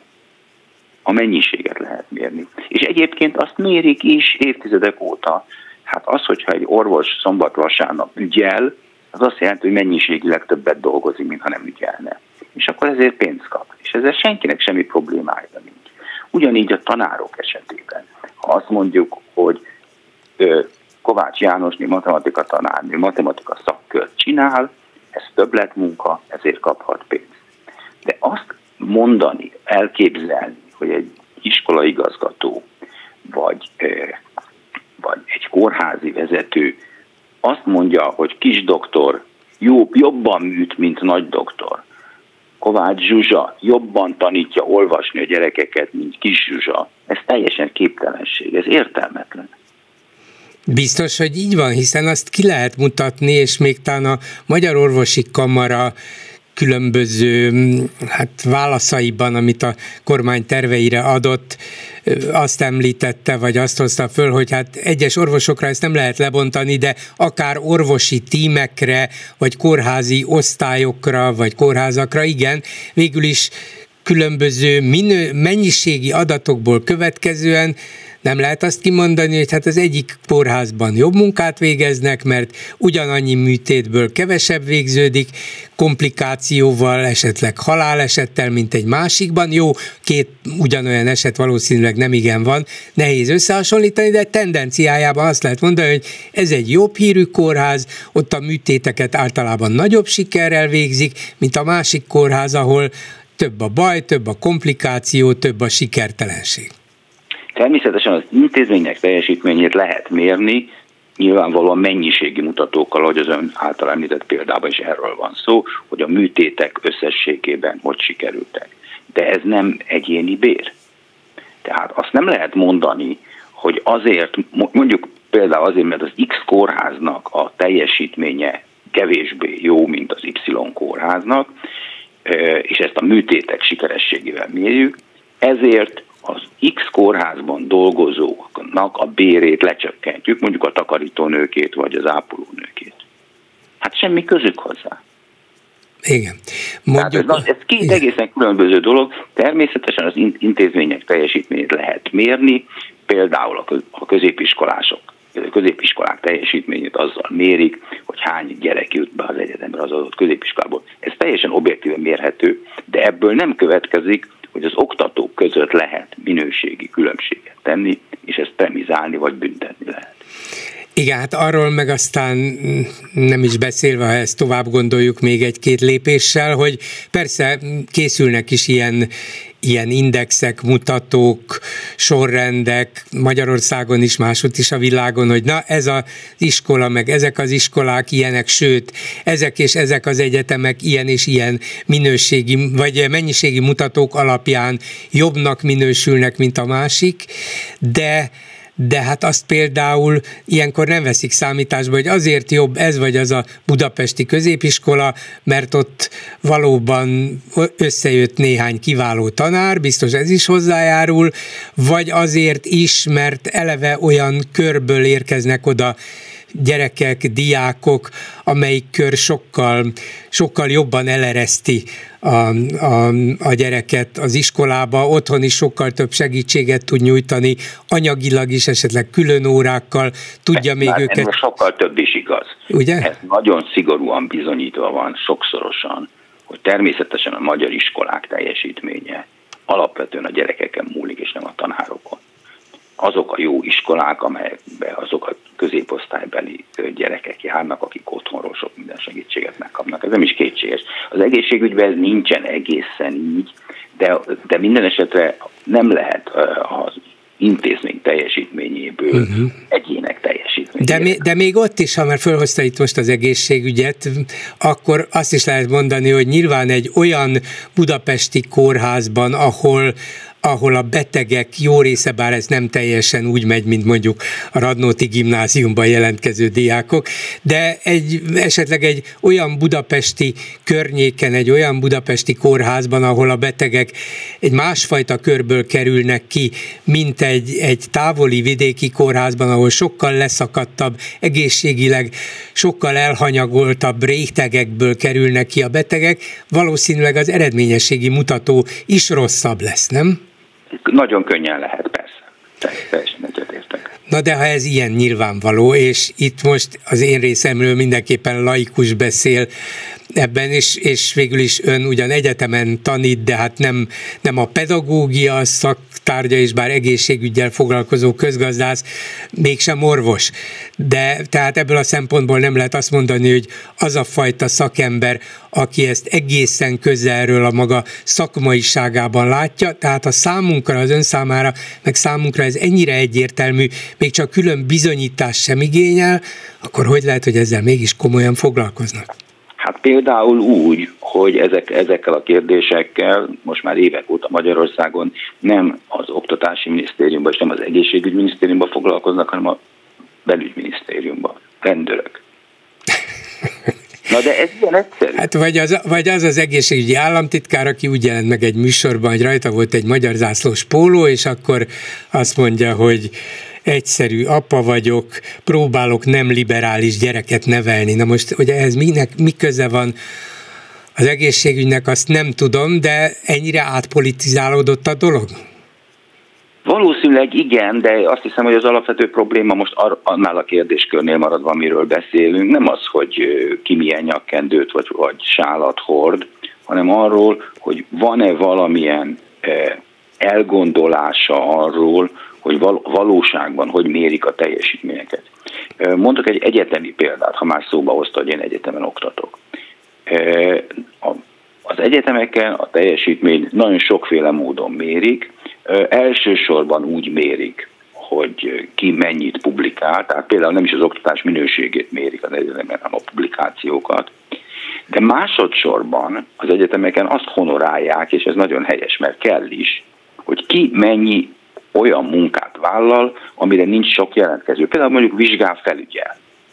S8: A mennyiséget lehet mérni. És egyébként azt mérik is évtizedek óta. Hát az, hogyha egy orvos szombat-vasárnap ügyel, az azt jelenti, hogy mennyiségileg többet dolgozik, mintha nem ügyelne. És akkor ezért pénzt kap. És ezzel senkinek semmi problémája nincs. Ugyanígy a tanárok esetében. Ha azt mondjuk, hogy ö, Kovács Jánosné matematika tanárnő matematika szakkört csinál, ez többletmunka, ezért kaphat pénzt. De azt mondani, elképzelni, hogy egy iskolaigazgató vagy, vagy egy kórházi vezető azt mondja, hogy kis doktor jobb, jobban műt, mint nagy doktor. Kovács Zsuzsa jobban tanítja olvasni a gyerekeket, mint kis Zsuzsa. Ez teljesen képtelenség, ez értelmetlen.
S3: Biztos, hogy így van, hiszen azt ki lehet mutatni, és még talán a Magyar Orvosi Kamara különböző hát, válaszaiban, amit a kormány terveire adott, azt említette, vagy azt hozta föl, hogy hát egyes orvosokra ezt nem lehet lebontani, de akár orvosi tímekre, vagy kórházi osztályokra, vagy kórházakra, igen, végül is különböző minő, mennyiségi adatokból következően nem lehet azt kimondani, hogy hát az egyik kórházban jobb munkát végeznek, mert ugyanannyi műtétből kevesebb végződik, komplikációval, esetleg halálesettel, mint egy másikban. Jó, két ugyanolyan eset valószínűleg nem igen van, nehéz összehasonlítani, de tendenciájában azt lehet mondani, hogy ez egy jobb hírű kórház, ott a műtéteket általában nagyobb sikerrel végzik, mint a másik kórház, ahol több a baj, több a komplikáció, több a sikertelenség.
S8: Természetesen az intézmények teljesítményét lehet mérni, nyilvánvalóan mennyiségi mutatókkal, ahogy az ön által említett példában is erről van szó, hogy a műtétek összességében hogy sikerültek. De ez nem egyéni bér. Tehát azt nem lehet mondani, hogy azért, mondjuk például azért, mert az X kórháznak a teljesítménye kevésbé jó, mint az Y kórháznak, és ezt a műtétek sikerességével mérjük, ezért az X kórházban dolgozóknak a bérét lecsökkentjük, mondjuk a takarítónőkét vagy az ápolónőkét. Hát semmi közük hozzá.
S3: Igen. Mondjuk,
S8: Tehát ez, ez két igen. egészen különböző dolog. Természetesen az intézmények teljesítményét lehet mérni, például a középiskolások, a középiskolák teljesítményét azzal mérik, hogy hány gyerek jut be az egyetemre az adott középiskolából. Ez teljesen objektíven mérhető, de ebből nem következik, hogy az oktatók között lehet minőségi különbséget tenni, és ezt premizálni vagy büntetni lehet.
S3: Igen, hát arról meg aztán nem is beszélve, ha ezt tovább gondoljuk még egy-két lépéssel, hogy persze készülnek is ilyen, ilyen indexek, mutatók, sorrendek Magyarországon is, máshogy is a világon, hogy na ez az iskola, meg ezek az iskolák ilyenek, sőt, ezek és ezek az egyetemek ilyen és ilyen minőségi, vagy mennyiségi mutatók alapján jobbnak minősülnek, mint a másik, de de hát azt például ilyenkor nem veszik számításba, hogy azért jobb ez vagy az a budapesti középiskola, mert ott valóban összejött néhány kiváló tanár, biztos ez is hozzájárul, vagy azért is, mert eleve olyan körből érkeznek oda gyerekek, diákok, amelyik kör sokkal, sokkal jobban elereszti a, a, a gyereket az iskolába, otthon is sokkal több segítséget tud nyújtani, anyagilag is, esetleg külön órákkal tudja
S8: ez
S3: még
S8: már
S3: őket.
S8: Sokkal több is igaz.
S3: Ugye?
S8: Ez nagyon szigorúan bizonyítva van sokszorosan, hogy természetesen a magyar iskolák teljesítménye alapvetően a gyerekeken múlik, és nem a tanárokon. Azok a jó iskolák, amelyekben azok a középosztálybeli gyerekek járnak, akik otthonról sok minden segítséget megkapnak. Ez nem is kétséges. Az egészségügyben ez nincsen egészen így, de, de minden esetre nem lehet az intézmény teljesítményéből uh-huh. egyének teljesítményéből.
S3: De, mi, de még ott is, ha már felhozta itt most az egészségügyet, akkor azt is lehet mondani, hogy nyilván egy olyan budapesti kórházban, ahol ahol a betegek jó része, bár ez nem teljesen úgy megy, mint mondjuk a Radnóti Gimnáziumban jelentkező diákok, de egy, esetleg egy olyan budapesti környéken, egy olyan budapesti kórházban, ahol a betegek egy másfajta körből kerülnek ki, mint egy, egy távoli vidéki kórházban, ahol sokkal leszakadtabb, egészségileg sokkal elhanyagoltabb rétegekből kerülnek ki a betegek, valószínűleg az eredményességi mutató is rosszabb lesz, nem?
S8: Nagyon könnyen lehet, persze. Teljesen egyetértek.
S3: Na de ha ez ilyen nyilvánvaló, és itt most az én részemről mindenképpen laikus beszél ebben, és, és végül is ön ugyan egyetemen tanít, de hát nem, nem a pedagógia szaktárgya, és bár egészségüggyel foglalkozó közgazdász, mégsem orvos. De tehát ebből a szempontból nem lehet azt mondani, hogy az a fajta szakember, aki ezt egészen közelről a maga szakmaiságában látja, tehát a számunkra, az ön számára, meg számunkra ez ennyire egyértelmű, még csak külön bizonyítás sem igényel, akkor hogy lehet, hogy ezzel mégis komolyan foglalkoznak?
S8: Hát például úgy, hogy ezek, ezekkel a kérdésekkel most már évek óta Magyarországon nem az Oktatási Minisztériumban és nem az Egészségügyminisztériumban foglalkoznak, hanem a Belügyminisztériumban. Rendőrök. Na de ez ilyen egyszerű.
S3: Hát vagy az, vagy az az egészségügyi államtitkár, aki úgy jelent meg egy műsorban, hogy rajta volt egy magyar zászlós póló, és akkor azt mondja, hogy egyszerű apa vagyok, próbálok nem liberális gyereket nevelni. Na most, hogy ehhez minek, mi köze van az egészségügynek, azt nem tudom, de ennyire átpolitizálódott a dolog?
S8: Valószínűleg igen, de azt hiszem, hogy az alapvető probléma most annál a kérdéskörnél maradva, amiről beszélünk, nem az, hogy ki milyen nyakkendőt vagy, vagy sálat hord, hanem arról, hogy van-e valamilyen elgondolása arról, hogy valóságban hogy mérik a teljesítményeket. Mondok egy egyetemi példát, ha már szóba hozta, hogy én egyetemen oktatok. Az egyetemeken a teljesítményt nagyon sokféle módon mérik. Elsősorban úgy mérik, hogy ki mennyit publikál, tehát például nem is az oktatás minőségét mérik az egyetemen, hanem a publikációkat. De másodszorban az egyetemeken azt honorálják, és ez nagyon helyes, mert kell is, hogy ki mennyi olyan munkát vállal, amire nincs sok jelentkező. Például mondjuk vizsgál, felügyel.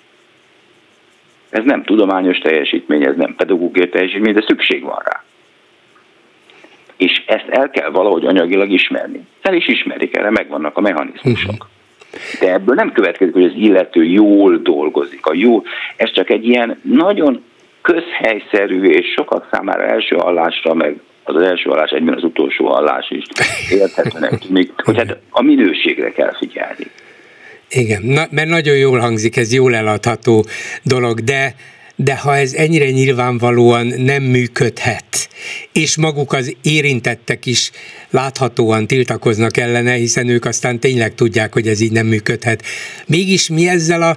S8: Ez nem tudományos teljesítmény, ez nem pedagógiai teljesítmény, de szükség van rá. És ezt el kell valahogy anyagilag ismerni. El is ismerik, erre megvannak a mechanizmusok. De ebből nem következik, hogy az illető jól dolgozik. A jó, ez csak egy ilyen nagyon közhelyszerű és sokak számára első hallásra, meg az az első hallás egyben az utolsó hallás is érthetőnek tűnik, hogy hát a minőségre kell figyelni.
S3: Igen, na, mert nagyon jól hangzik, ez jól eladható dolog, de, de ha ez ennyire nyilvánvalóan nem működhet, és maguk az érintettek is láthatóan tiltakoznak ellene, hiszen ők aztán tényleg tudják, hogy ez így nem működhet. Mégis mi ezzel a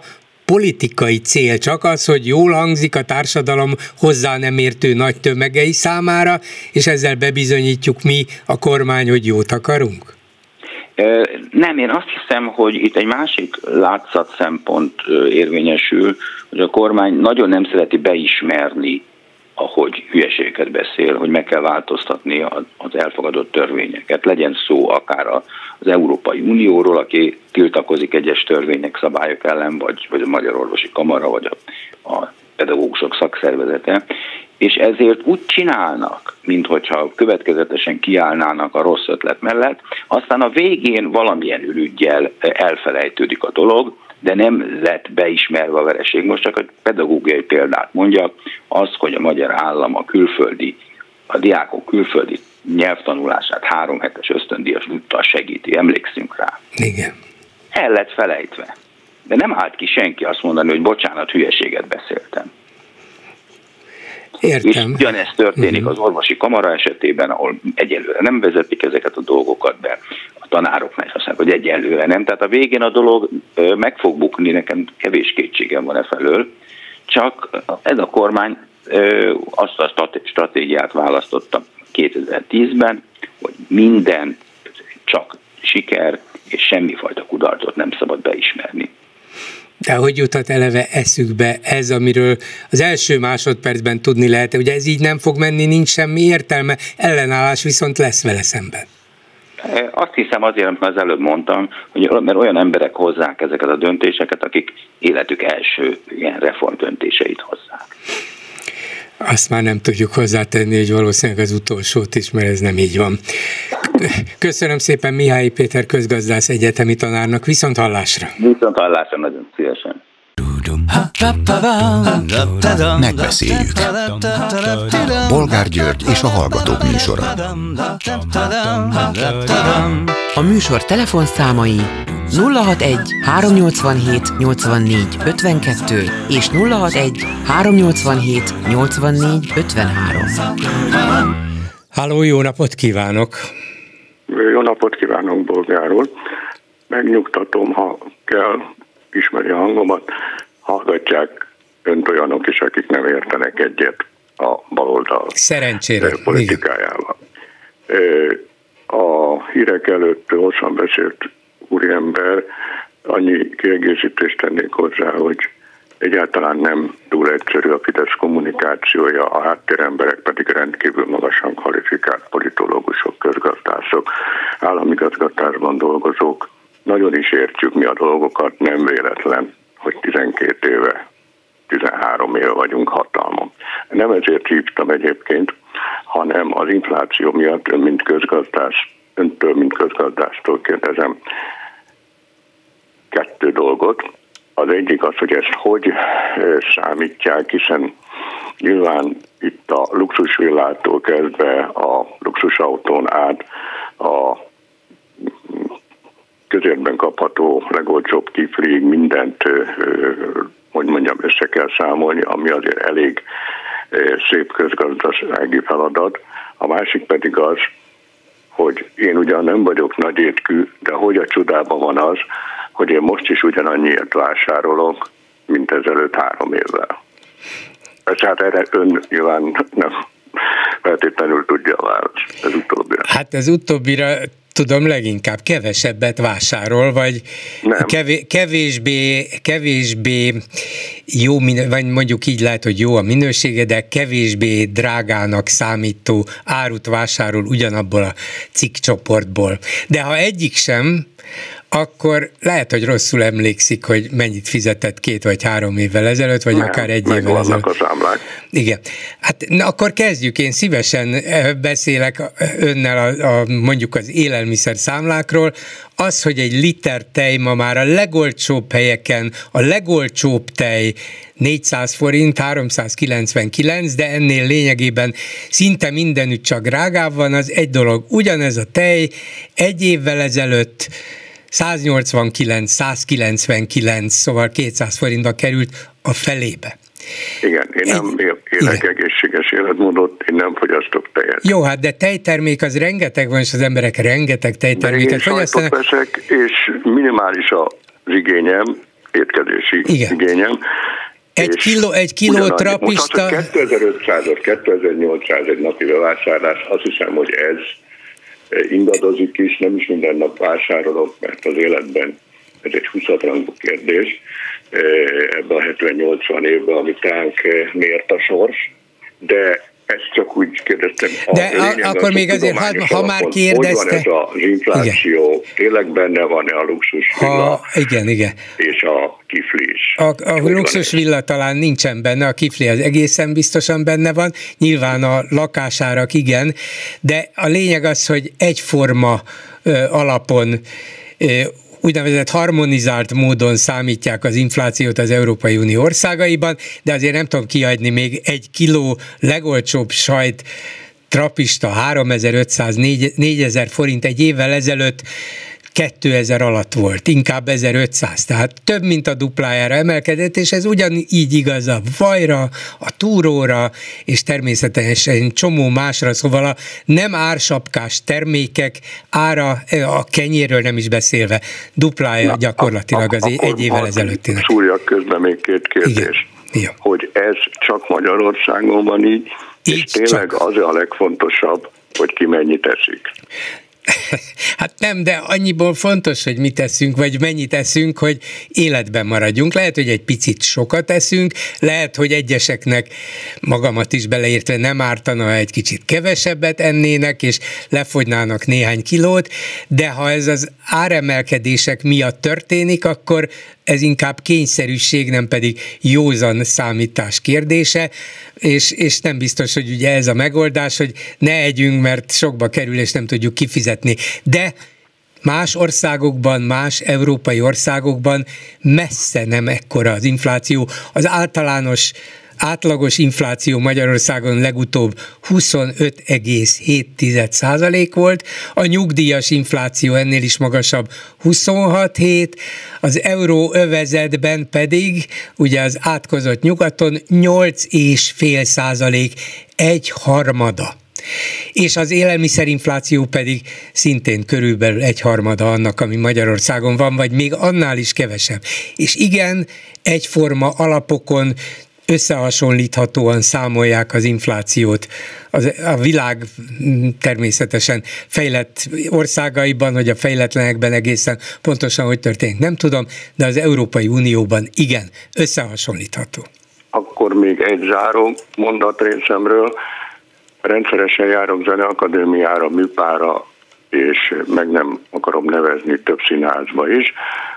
S3: politikai cél csak az, hogy jól hangzik a társadalom hozzá nem értő nagy tömegei számára, és ezzel bebizonyítjuk mi, a kormány, hogy jót akarunk?
S8: Nem, én azt hiszem, hogy itt egy másik látszat szempont érvényesül, hogy a kormány nagyon nem szereti beismerni, ahogy hülyeségeket beszél, hogy meg kell változtatni az elfogadott törvényeket. Legyen szó akár az Európai Unióról, aki tiltakozik egyes törvények, szabályok ellen, vagy, vagy a Magyar Orvosi Kamara, vagy a, a pedagógusok szakszervezete, és ezért úgy csinálnak, minthogyha következetesen kiállnának a rossz ötlet mellett, aztán a végén valamilyen ürüggyel elfelejtődik a dolog, de nem lett beismerve a vereség. Most csak egy pedagógiai példát mondjak, az, hogy a magyar állam a külföldi, a diákok külföldi nyelvtanulását három hetes ösztöndíjas úttal segíti, emlékszünk rá.
S3: Igen.
S8: El lett felejtve. De nem állt ki senki azt mondani, hogy bocsánat, hülyeséget beszéltem.
S3: Értem.
S8: És ugyanezt történik az orvosi kamara esetében, ahol egyelőre nem vezetik ezeket a dolgokat be, a tanároknál is azt mondják, hogy egyelőre nem. Tehát a végén a dolog meg fog bukni, nekem kevés kétségem van e felől, csak ez a kormány azt a stratégiát választotta kétezer-tízben, hogy minden csak siker, és semmifajta kudarcot nem szabad beismerni.
S3: De hogy juthat eleve eszükbe ez, amiről az első másodpercben tudni lehet, ugye ez így nem fog menni, nincs semmi értelme, ellenállás viszont lesz vele szemben.
S8: Azt hiszem azért, amit az előbb mondtam, hogy mert olyan emberek hozzák ezeket a döntéseket, akik életük első ilyen reform döntéseit hozzák.
S3: Azt már nem tudjuk hozzátenni, hogy valószínűleg az utolsót is, mert ez nem így van. Köszönöm szépen Mihály Péter közgazdász egyetemi tanárnak, viszont hallásra.
S8: Viszont hallásra, nagyon szívesen.
S1: Megbeszéljük. Bolgár György és a Hallgatók műsora.
S2: A műsor telefonszámai nulla hatvanegy háromnyolcvanhét nyolcvannégy ötvenkettő és nulla hatvanegy háromnyolcvanhét nyolcvannégy ötvenhárom.
S3: Halló, jó napot kívánok!
S9: Jó napot kívánok, Bolgár úr! Megnyugtatom, ha kell, ismeri a hangomat, hallgatják önt olyanok is, akik nem értenek egyet a baloldal
S3: Szerencsére.
S9: politikájával. Igen. A hírek előtt hosszan beszélt úriember, annyi kiegészítést tennék hozzá, hogy egyáltalán nem túl egyszerű a Fidesz kommunikációja, a háttéremberek pedig rendkívül magasan kvalifikált politológusok, közgazdászok, államigazgatásban dolgozók. Nagyon is értjük mi a dolgokat, nem véletlen, hogy tizenkét éve, tizenhárom éve vagyunk hatalmon. Nem ezért hívtam egyébként, hanem az infláció miatt ön, mint közgazdász, öntől, mint közgazdásztól kérdezem kettő dolgot. Az egyik az, hogy ezt hogy számítják, hiszen nyilván itt a luxusvillától kezdve a luxusautón át a közértben kapható legolcsóbb kiflig mindent, hogy mondjam, össze kell számolni, ami azért elég szép közgazdasági feladat. A másik pedig az, hogy én ugyan nem vagyok nagyétkű, de hogy a csodában van az, hogy én most is ugyanannyiért vásárolok, mint ezelőtt három évvel. Tehát erre ön nyilván nem feltétlenül tudja a választ, ez utóbbira.
S3: Hát ez utóbbira tudom, leginkább kevesebbet vásárol, vagy kevés, kevésbé, kevésbé jó, vagy mondjuk így lehet, hogy jó a minősége, de kevésbé drágának számító árut vásárol ugyanabból a cikkcsoportból. De ha egyik sem, akkor lehet, hogy rosszul emlékszik, hogy mennyit fizetett két vagy három évvel ezelőtt, vagy nem, akár egy évvel ezelőtt.
S9: A számlák.
S3: Igen. Hát na, akkor kezdjük. Én szívesen beszélek önnel a, a, mondjuk az élelmiszer számlákról. Az, hogy egy liter tej ma már a legolcsóbb helyeken, a legolcsóbb tej négyszáz forint, háromszázkilencvenkilenc, de ennél lényegében szinte mindenütt csak drágább van, az egy dolog. Ugyanez a tej egy évvel ezelőtt száznyolcvankilenc, százkilencvenkilenc, szóval kétszáz forintba került a felébe.
S9: Igen, én nem élek egészséges életmódot, én nem fogyasztok tejet.
S3: Jó, hát de tejtermék az rengeteg van, és az emberek rengeteg tejterméket
S9: fogyasztanak. Én sajtot veszek, és minimális az igényem, étkezési
S3: Igen.
S9: igényem.
S3: Egy kiló, egy kiló trapista...
S9: Most az, hogy kétezer-ötszáz, kétezer-nyolcszáz egy napi bevásárlás, azt hiszem, hogy ez ingadozik is, nem is minden nap vásárolok, mert az életben ez egy huszadrangú kérdés ebben a hetven-nyolcvan évben, amit ránk mért a sors, de ezt csak úgy kérdeztem.
S3: De a, akkor még azért, ha, ha már kérdezte...
S9: Hogy van ez az infláció, igen. Tényleg benne van-e a luxusvilla?
S3: Igen, igen.
S9: És a kifli is.
S3: A, a luxusvilla talán nincsen benne, a kifli az egészen biztosan benne van, nyilván a lakásárak igen, de a lényeg az, hogy egyforma ö, alapon ö, úgynevezett harmonizált módon számítják az inflációt az Európai Unió országaiban, de azért nem tudom kiadni még egy kiló legolcsóbb sajt trapista háromezer-ötszáz-négyezer forint egy évvel ezelőtt kétezer alatt volt, inkább ezerötszáz, tehát több mint a duplájára emelkedett, és ez ugyanígy igaz a vajra, a túróra, és természetesen csomó másra, szóval a nem ársapkás termékek ára, a kenyérről nem is beszélve, duplája Na, gyakorlatilag az a, egy évvel ezelőttinek.
S9: Súlyok közben még két kérdés,
S3: Igen.
S9: hogy ez csak Magyarországon van így, így és tényleg csak. Az a legfontosabb, hogy ki mennyit eszik.
S3: Hát nem, de annyiból fontos, hogy mit eszünk, vagy mennyit eszünk, hogy életben maradjunk. Lehet, hogy egy picit sokat eszünk, lehet, hogy egyeseknek, magamat is beleértve, nem ártana, ha egy kicsit kevesebbet ennének, és lefogynának néhány kilót, de ha ez az áremelkedések miatt történik, akkor ez inkább kényszerűség, nem pedig józan számítás kérdése, és, és nem biztos, hogy ugye ez a megoldás, hogy ne együnk, mert sokba kerül, és nem tudjuk kifizetni. De más országokban, más európai országokban messze nem ekkora az infláció. Az általános átlagos infláció Magyarországon legutóbb huszonöt egész hét százalék volt, a nyugdíjas infláció ennél is magasabb huszonhat egész hét, az euróövezetben pedig, ugye az átkozott nyugaton nyolc egész öt százalék, egy harmada. És az élelmiszerinfláció pedig szintén körülbelül egy harmada annak, ami Magyarországon van, vagy még annál is kevesebb. És igen, egyforma alapokon összehasonlíthatóan számolják az inflációt az, a világ természetesen fejlett országaiban, hogy a fejletlenekben egészen pontosan hogy történik, nem tudom, de az Európai Unióban igen, összehasonlítható.
S9: Akkor még egy záró mondat részemről. Rendszeresen járok Zeneakadémiára, műpára, és meg nem akarom nevezni több színházba is.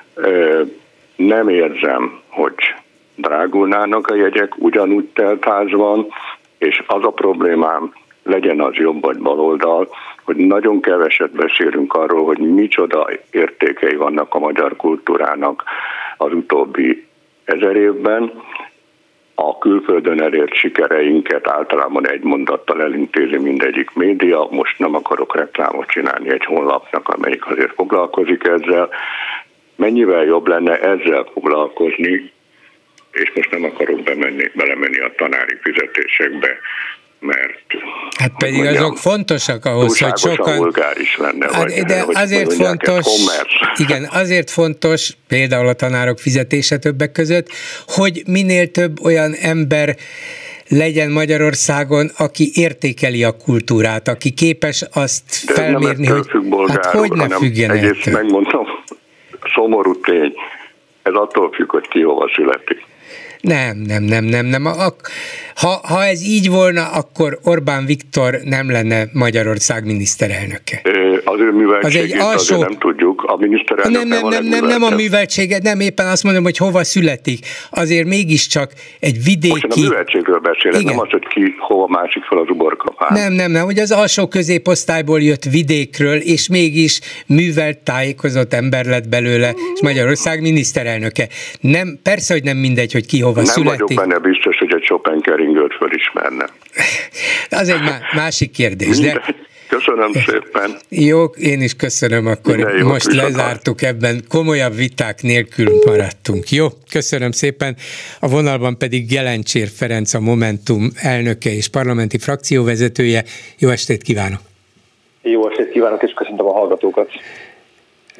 S9: Nem érzem, hogy drágulnának a jegyek, ugyanúgy teltház van, és az a problémám, legyen az jobb vagy baloldal, hogy nagyon keveset beszélünk arról, hogy micsoda értékei vannak a magyar kultúrának az utóbbi ezer évben. A külföldön elért sikereinket általában egy mondattal elintézi mindegyik média, most nem akarok reklámot csinálni egy honlapnak, amelyik azért foglalkozik ezzel. Mennyivel jobb lenne ezzel foglalkozni, és most nem akarok bemenni, belemenni a tanári fizetésekbe, mert...
S3: Hát pedig mondjam, azok fontosak ahhoz, hogy sokan...
S9: vulgáris lenne,
S3: hát,
S9: vagy,
S3: de
S9: hogy
S3: azért fontos, igen, azért fontos, például a tanárok fizetése többek között, hogy minél több olyan ember legyen Magyarországon, aki értékeli a kultúrát, aki képes azt
S9: de
S3: felmérni, hogy hát hogy ne függjen ettől.
S9: Egyrészt megmondtam, szomorú tény, ez attól függ, hogy ki hova születik.
S3: Nem, nem, nem, nem, nem. Ha, ha ez így volna, akkor Orbán Viktor nem lenne Magyarország miniszterelnöke.
S9: Az ő műveltségét az alsó... azért nem tudjuk. A miniszterelnök
S3: nem, nem, nem, nem, nem a műveltséget, nem, éppen azt mondom, hogy hova születik. Azért mégiscsak egy vidéki...
S9: Most a műveltségről beszélek, nem az, hogy ki hova másik fel az uborkapán.
S3: Nem, nem, nem, hogy az alsó középosztályból jött vidékről, és mégis művelt, tájékozott ember lett belőle, és Magyarország miniszterelnöke. Nem, persze, hogy nem mindegy, hogy ki hova
S9: nem
S3: születik.
S9: Nem vagyok benne biztos, hogy egy Chopin keringőt fölismerne.
S3: Az egy má- másik kérdés. De...
S9: Köszönöm szépen.
S3: Jó, én is köszönöm, akkor most lezártuk ebben, komolyabb viták nélkül maradtunk. Jó, köszönöm szépen. A vonalban pedig Jelencsér Ferenc, a Momentum elnöke és parlamenti frakcióvezetője. Jó estét kívánok!
S10: Jó estét kívánok, és köszöntöm a hallgatókat!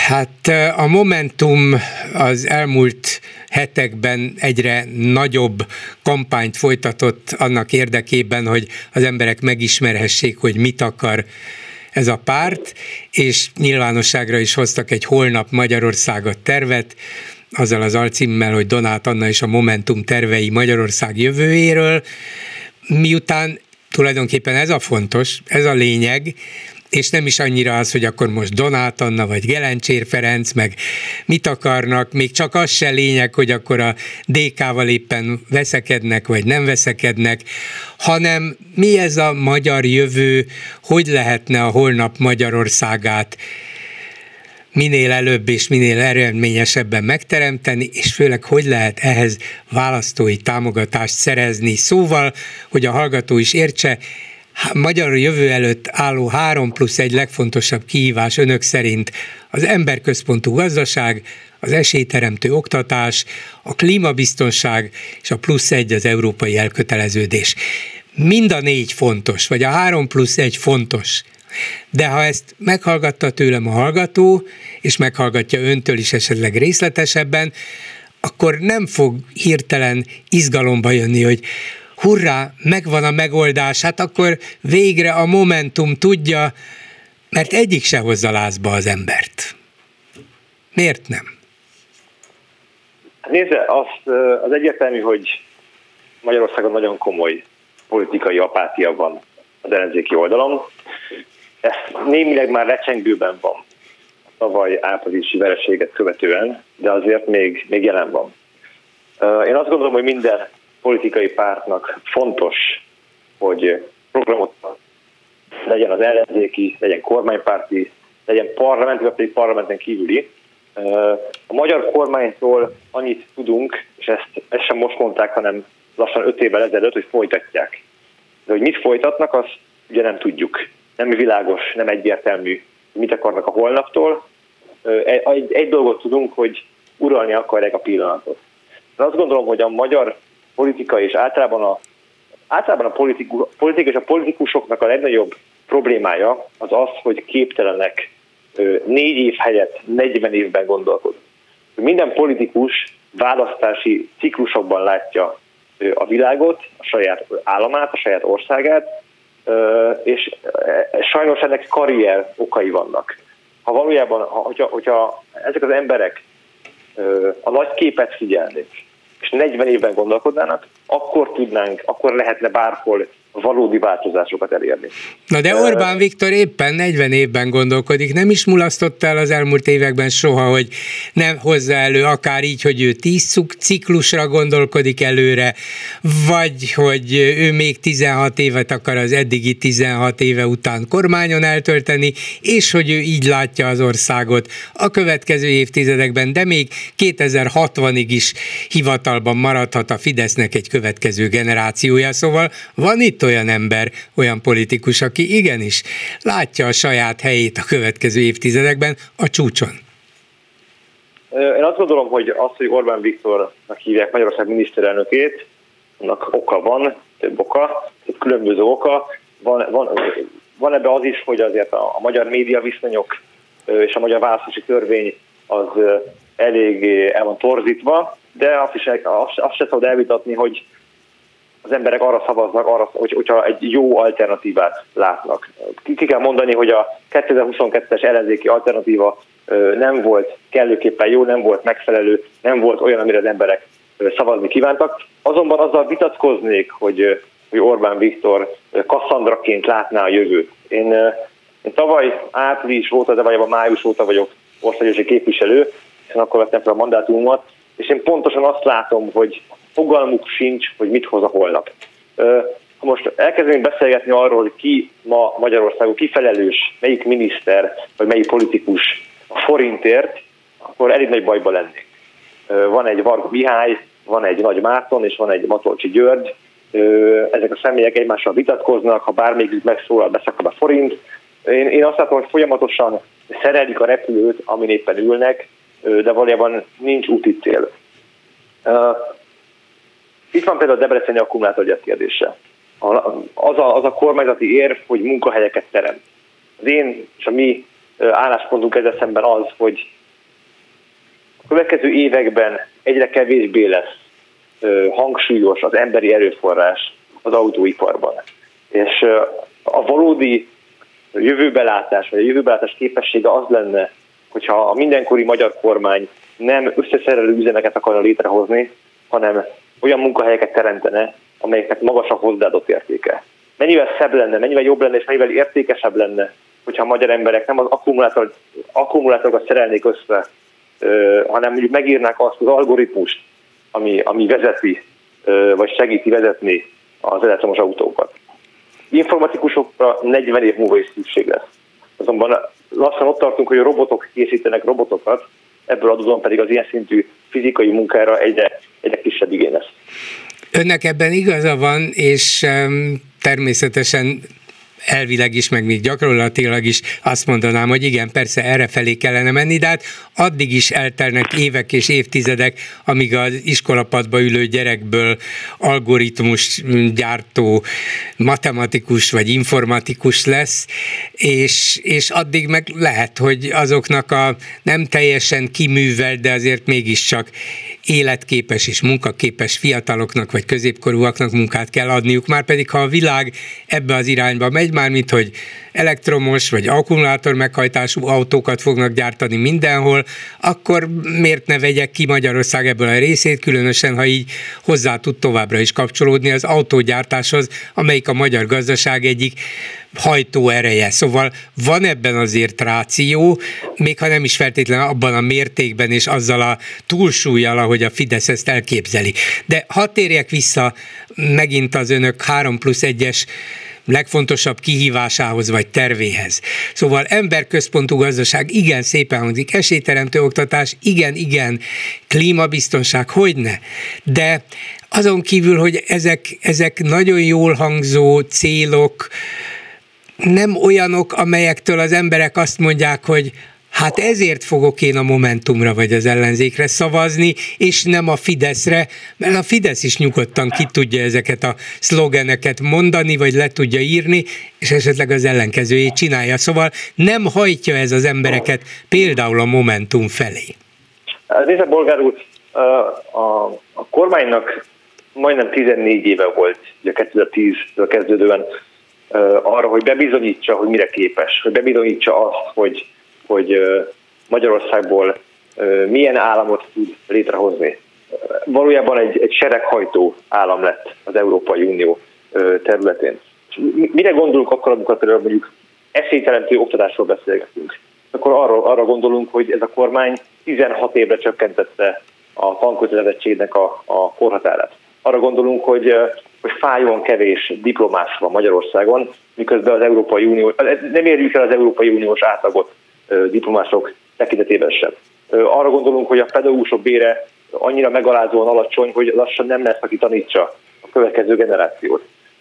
S3: Hát a Momentum az elmúlt hetekben egyre nagyobb kampányt folytatott annak érdekében, hogy az emberek megismerhessék, hogy mit akar ez a párt, és nyilvánosságra is hoztak egy Holnap Magyarországot tervet, azzal az alcímmel, hogy Donát Anna és a Momentum tervei Magyarország jövőjéről, miután tulajdonképpen ez a fontos, ez a lényeg, és nem is annyira az, hogy akkor most Donát Anna vagy Gelencsér Ferenc, meg mit akarnak, még csak az se lényeg, hogy akkor a dé ká-val éppen veszekednek, vagy nem veszekednek, hanem mi ez a magyar jövő, hogy lehetne a holnap Magyarországát minél előbb és minél eredményesebben megteremteni, és főleg hogy lehet ehhez választói támogatást szerezni. Szóval, hogy a hallgató is értse, magyar jövő előtt álló három plusz egy legfontosabb kihívás önök szerint az emberközpontú gazdaság, az esélyteremtő oktatás, a klímabiztonság és a plusz egy az európai elköteleződés. Mind a négy fontos, vagy a három plusz egy fontos. De ha ezt meghallgatta tőlem a hallgató, és meghallgatja öntől is esetleg részletesebben, akkor nem fog hirtelen izgalomba jönni, hogy hurrá, megvan a megoldás, hát akkor végre a Momentum tudja, mert egyik se hozza lázba az embert. Miért nem?
S10: Nézze, azt, az egyértelmű, hogy Magyarországon nagyon komoly politikai apátia van az ellenzéki oldalon. Ez némileg már lecsengőben van a tavaly áprilisi vereséget követően, de azért még, még jelen van. Én azt gondolom, hogy minden politikai pártnak fontos, hogy programot legyen az ellenzéki, legyen kormánypárti, legyen parlamenti, vagy pedig parlamenten kívüli. A magyar kormánytól annyit tudunk, és ezt, ezt sem most mondták, hanem lassan öt évvel ezelőtt, hogy folytatják. De hogy mit folytatnak, azt ugye nem tudjuk. Nem világos, nem egyértelmű, mit akarnak a holnaptól. Egy, egy dolgot tudunk, hogy uralni akarják a pillanatot. De azt gondolom, hogy a magyar politika és általában a, általában a politikus, politika és a politikusoknak a legnagyobb problémája az az, hogy képtelenek négy év helyett negyven évben gondolkodni. Minden politikus választási ciklusokban látja a világot, a saját államát, a saját országát, és sajnos ennek karrier okai vannak. Ha valójában, hogyha, hogyha ezek az emberek a nagy képet figyelnék, és negyven évben gondolkodnának, akkor tudnánk, akkor lehetne bárhol valódi változásokat elérni.
S3: Na de Orbán Viktor éppen negyven évben gondolkodik, nem is mulasztotta el az elmúlt években soha, hogy nem hozza elő akár így, hogy ő tíz ciklusra gondolkodik előre, vagy hogy ő még tizenhat évet akar az eddigi tizenhat éve után kormányon eltölteni, és hogy ő így látja az országot a következő évtizedekben, de még kétezer-hatvanig is hivatalban maradhat a Fidesznek egy következő generációja, szóval van itt olyan ember, olyan politikus, aki igenis látja a saját helyét a következő évtizedekben a csúcson.
S10: Én azt gondolom, hogy az, hogy Orbán Viktornak hívják Magyarország miniszterelnökét, annak oka van, több oka, több különböző oka. Van, van, van ebben az is, hogy azért a, a magyar média viszonyok és a magyar választási törvény az elég el van torzítva, de azt, is, azt, azt sem szabad elvitatni, hogy az emberek arra szavaznak, arra, hogy, hogyha egy jó alternatívát látnak. Ki kell mondani, hogy a kétezer-huszonkettes ellenzéki alternatíva nem volt kellőképpen jó, nem volt megfelelő, nem volt olyan, amire az emberek szavazni kívántak. Azonban azzal vitatkoznék, hogy, hogy Orbán Viktor Kasszandraként látná a jövőt. Én, én tavaly április óta, de vagy május óta vagyok országgyűlési képviselő, hiszen akkor vettem fel a mandátumot, és én pontosan azt látom, hogy fogalmuk sincs, hogy mit hoz a holnap. Ha most elkezdünk beszélgetni arról, hogy ki ma Magyarországon, ki felelős, melyik miniszter, vagy melyik politikus a forintért, akkor elég nagy bajba lennénk. Van egy Varga Mihály, van egy Nagy Márton, és van egy Matolcsy György. Ezek a személyek egymással vitatkoznak, ha bármelyikük megszólal, beszakad a forint. Én, én azt látom, hogy folyamatosan szerelik a repülőt, amin éppen ülnek, de valójában nincs úti cél. Itt van például a debreceni akkumulátorgyár kérdése. Az a, az a kormányzati érv, hogy munkahelyeket teremt. Az én és a mi álláspontunk ezzel szemben az, hogy következő években egyre kevésbé lesz hangsúlyos az emberi erőforrás az autóiparban. És a valódi jövőbelátás, vagy a jövőbelátás képessége az lenne, hogyha a mindenkori magyar kormány nem összeszerelő üzemeket akarna létrehozni, hanem olyan munkahelyeket teremtene, amelyeknek magas a hozzáadott értéke. Mennyivel szebb lenne, mennyivel jobb lenne, és mennyivel értékesebb lenne, hogyha a magyar emberek nem az akkumulátor, akkumulátorokat szerelnék össze, hanem mondjuk megírnák azt az algoritmust, ami, ami vezeti, vagy segíti vezetni az elektromos autókat. Informatikusokra negyven év múlva is szükség lesz. Azonban lassan ott tartunk, hogy a robotok készítenek robotokat, ebből adódóan pedig az ilyen szintű fizikai munkára egyre, egyre kisebb igény lesz.
S3: Önnek ebben igaza van, és um, természetesen elvileg is, meg még gyakorlatilag is azt mondanám, hogy igen, persze errefelé kellene menni, de hát addig is eltelnek évek és évtizedek, amíg az iskolapadba ülő gyerekből algoritmus gyártó matematikus vagy informatikus lesz, és, és addig meg lehet, hogy azoknak a nem teljesen kiművelt, de azért mégiscsak életképes és munkaképes fiataloknak vagy középkorúaknak munkát kell adniuk, már pedig ha a világ ebbe az irányba megy, mármint hogy elektromos vagy akkumulátor meghajtású autókat fognak gyártani mindenhol, akkor miért ne vegyek ki Magyarország ebből a részét, különösen, ha így hozzá tud továbbra is kapcsolódni az autógyártáshoz, amelyik a magyar gazdaság egyik hajtóereje. Szóval van ebben azért ráció, még ha nem is feltétlenül abban a mértékben és azzal a túlsúllyal, ahogy a Fidesz ezt elképzeli. De hadd térjek vissza megint az önök három plusz egyes legfontosabb kihívásához vagy tervéhez. Szóval emberközpontú gazdaság, igen, szépen hangzik, esélyteremtő oktatás, igen, igen, klímabiztonság, hogyne, de azon kívül, hogy ezek, ezek nagyon jól hangzó célok, nem olyanok, amelyektől az emberek azt mondják, hogy hát ezért fogok én a Momentumra vagy az ellenzékre szavazni, és nem a Fideszre, mert a Fidesz is nyugodtan ki tudja ezeket a szlogeneket mondani, vagy le tudja írni, és esetleg az ellenkezőjét csinálja. Szóval nem hajtja ez az embereket például a Momentum felé.
S10: Nézd, Bolgár úr, a, a kormánynak majdnem tizennégy éve volt, ugye kétezer-tíztől kezdődően arra, hogy bebizonyítsa, hogy mire képes, hogy bebizonyítsa azt, hogy hogy Magyarországból milyen államot tud létrehozni. Valójában egy, egy sereghajtó állam lett az Európai Unió területén. Mire gondolunk akkor, amikor például mondjuk esélyteremtő oktatásról beszélgetünk? Akkor arra, arra gondolunk, hogy ez a kormány tizenhat évre csökkentette a tankötelezettségnek a, a korhatárát. Arra gondolunk, hogy, hogy fájóan kevés diplomás van Magyarországon, miközben az Európai Unió, nem érjük el az Európai Uniós átlagot diplomások tekintetében sem. Arra gondolunk, hogy a pedagógusok bére annyira megalázóan alacsony, hogy lassan nem lesz, aki tanítsa a következő generációt.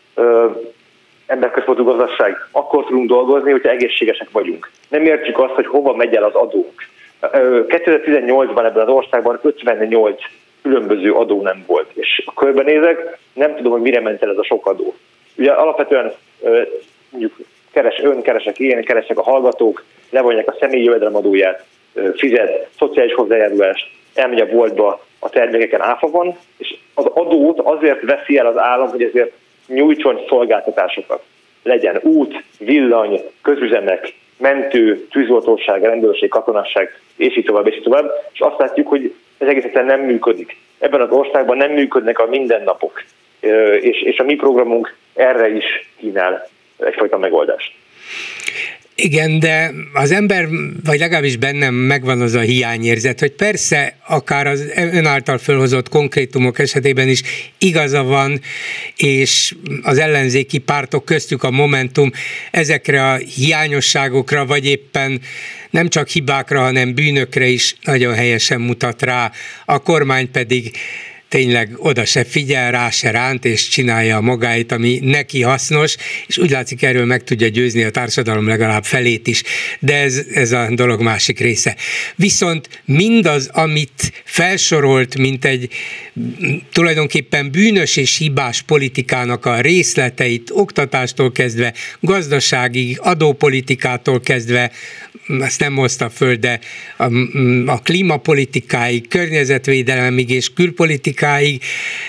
S10: Emberközpontú gazdaság. Akkor tudunk dolgozni, hogyha egészségesek vagyunk. Nem értjük azt, hogy hova megy el az adónk. kétezer-tizennyolcban ebben az országban ötvennyolc különböző adó nem volt. És ha körbenézek, nem tudom, hogy mire ment el ez a sok adó. Ugye alapvetően mondjuk keres ön, keresek én, keresek a hallgatók, levonják a személyi jövedelemadóját, fizet szociális hozzájárulást, elmegy a boltba, a termékeken áfa van, és az adót azért veszi el az állam, hogy ezért nyújtson szolgáltatásokat. Legyen út, villany, közüzemek, mentő, tűzoltóság, rendőrség, katonasság, és így tovább, és így tovább, és azt látjuk, hogy ez egészen nem működik. Ebben az országban nem működnek a mindennapok, és, és a mi programunk erre is kínál egyfajta megoldást.
S3: Igen, de az ember, vagy legalábbis bennem megvan az a hiányérzet, hogy persze akár az ön által fölhozott konkrétumok esetében is igaza van, és az ellenzéki pártok köztük a Momentum ezekre a hiányosságokra, vagy éppen nem csak hibákra, hanem bűnökre is nagyon helyesen mutat rá. A kormány pedig tényleg oda se figyel, rá se ránt, és csinálja a magáit, ami neki hasznos, és úgy látszik, erről meg tudja győzni a társadalom legalább felét is, de ez, ez a dolog másik része. Viszont mindaz, amit felsorolt, mint egy tulajdonképpen bűnös és hibás politikának a részleteit, oktatástól kezdve, gazdaságig, adópolitikától kezdve, ezt nem hozta föl, de a, a klímapolitikáig, környezetvédelemig és külpolitikáig,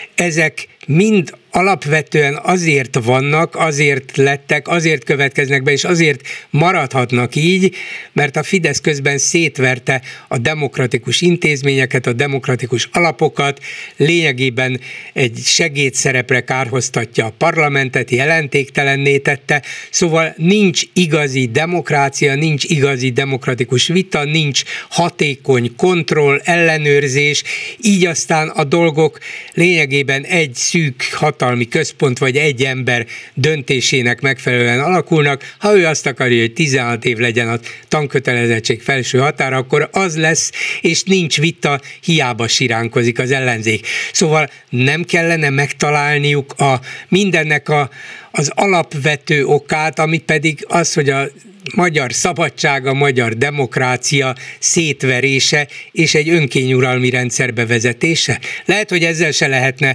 S3: ezek mind alapvetően azért vannak, azért lettek, azért következnek be, és azért maradhatnak így, mert a Fidesz közben szétverte a demokratikus intézményeket, a demokratikus alapokat, lényegében egy segédszerepre kárhoztatja a parlamentet, jelentéktelenné tette, szóval nincs igazi demokrácia, nincs igazi demokratikus vita, nincs hatékony kontroll, ellenőrzés, így aztán a dolgok lényegében egy szűk hatalmi központ vagy egy ember döntésének megfelelően alakulnak. Ha ő azt akarja, hogy tizenhat év legyen a tankötelezettség felső határa, akkor az lesz, és nincs vita, hiába siránkozik az ellenzék. Szóval nem kellene megtalálniuk a mindennek a, az alapvető okát, ami pedig az, hogy a magyar szabadság, a magyar demokrácia szétverése és egy önkényuralmi rendszer bevezetése. Lehet, hogy ezzel se lehetne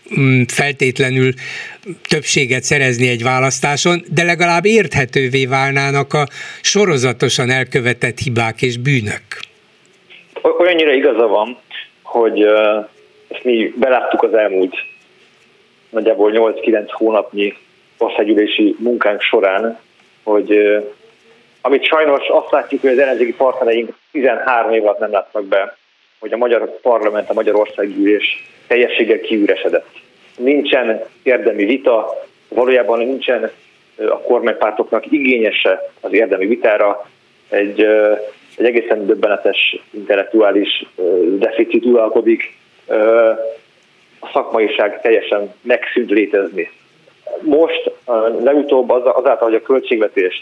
S3: feltétlenül többséget szerezni egy választáson, de legalább érthetővé válnának a sorozatosan elkövetett hibák és bűnök.
S10: Olyannyira igaza van, hogy ezt mi beláttuk az elmúlt nagyjából nyolc-kilenc hónapnyi országgyűlési munkánk során, hogy amit sajnos azt látjuk, hogy az ellenzéki partnereink tizenhárom év alatt nem láttak be, hogy a magyar parlament, a magyar országgyűlés teljességgel kiüresedett. Nincsen érdemi vita, valójában nincsen a kormánypártoknak igényese az érdemi vitára, egy, egy egészen döbbenetes intellektuális deficit uralkodik, a szakmaiság teljesen megszűnt létezni. Most legutóbb azáltal, hogy a költségvetést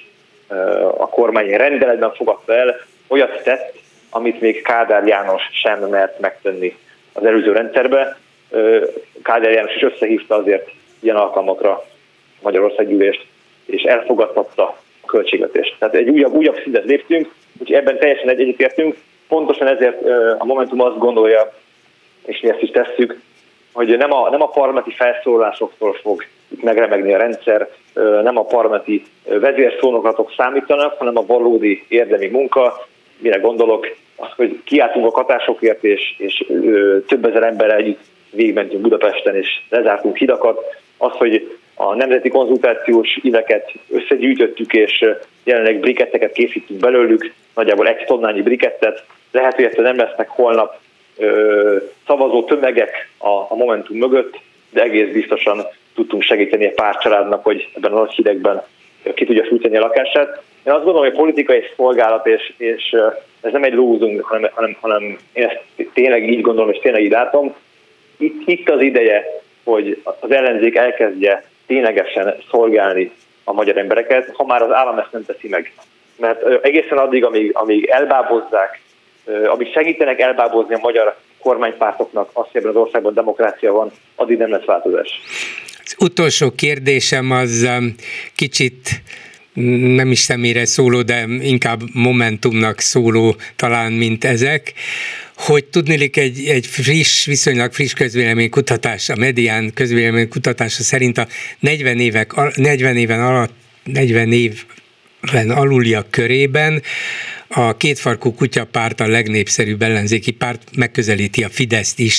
S10: a kormány rendeletben fogadta el, olyat tett, amit még Kádár János sem mert megtenni az előző rendszerbe. Kádár János is összehívta azért ilyen alkalmakra Magyarországgyűlést, és elfogadtatta a költségvetést. Tehát egy újabb, újabb szintet léptünk, úgyhogy ebben teljesen egyetértünk. Pontosan ezért a Momentum azt gondolja, és mi ezt is tesszük, hogy nem a, nem a parlamenti felszólalásoktól fog itt megremegni a rendszer, nem a parlamenti vezérszónoklatok számítanak, hanem a valódi érdemi munka. Mire gondolok? Az, hogy kiálltunk a katásokért, és, és ö, több ezer emberrel együtt végigmentünk Budapesten, és lezártunk hidakat. Az, hogy a nemzeti konzultációs iveket összegyűjtöttük, és jelenleg briketteket készítünk belőlük, nagyjából egy tonnányi brikettet. Lehet, hogy ezt nem lesznek holnap ö, szavazó tömegek a, a Momentum mögött, de egész biztosan tudtunk segíteni egy pár családnak, hogy ebben a nagy hidegben ki tudja fűteni a lakását. Én azt gondolom, hogy politikai szolgálat, és, és ez nem egy lózunk, hanem, hanem, hanem én ezt tényleg így gondolom, és tényleg így látom. Itt, itt az ideje, hogy az ellenzék elkezdje ténylegesen szolgálni a magyar embereket, ha már az állam ezt nem teszi meg. Mert egészen addig, amíg, amíg elbábozzák, amíg segítenek elbábozni a magyar kormánypártoknak azt, hogy ebben az országban demokrácia van, addig nem lesz változás.
S3: Az utolsó kérdésem az kicsit nem is személyre szóló, de inkább Momentumnak szóló talán, mint ezek, hogy tudniillik egy, egy friss, viszonylag friss közvéleménykutatás, a Medián közvéleménykutatása szerint a negyven, évek, negyven éven alatt, negyven éven aluliak körében a kétfarkú kutyapárt, a legnépszerűbb ellenzéki párt, megközelíti a Fideszt is,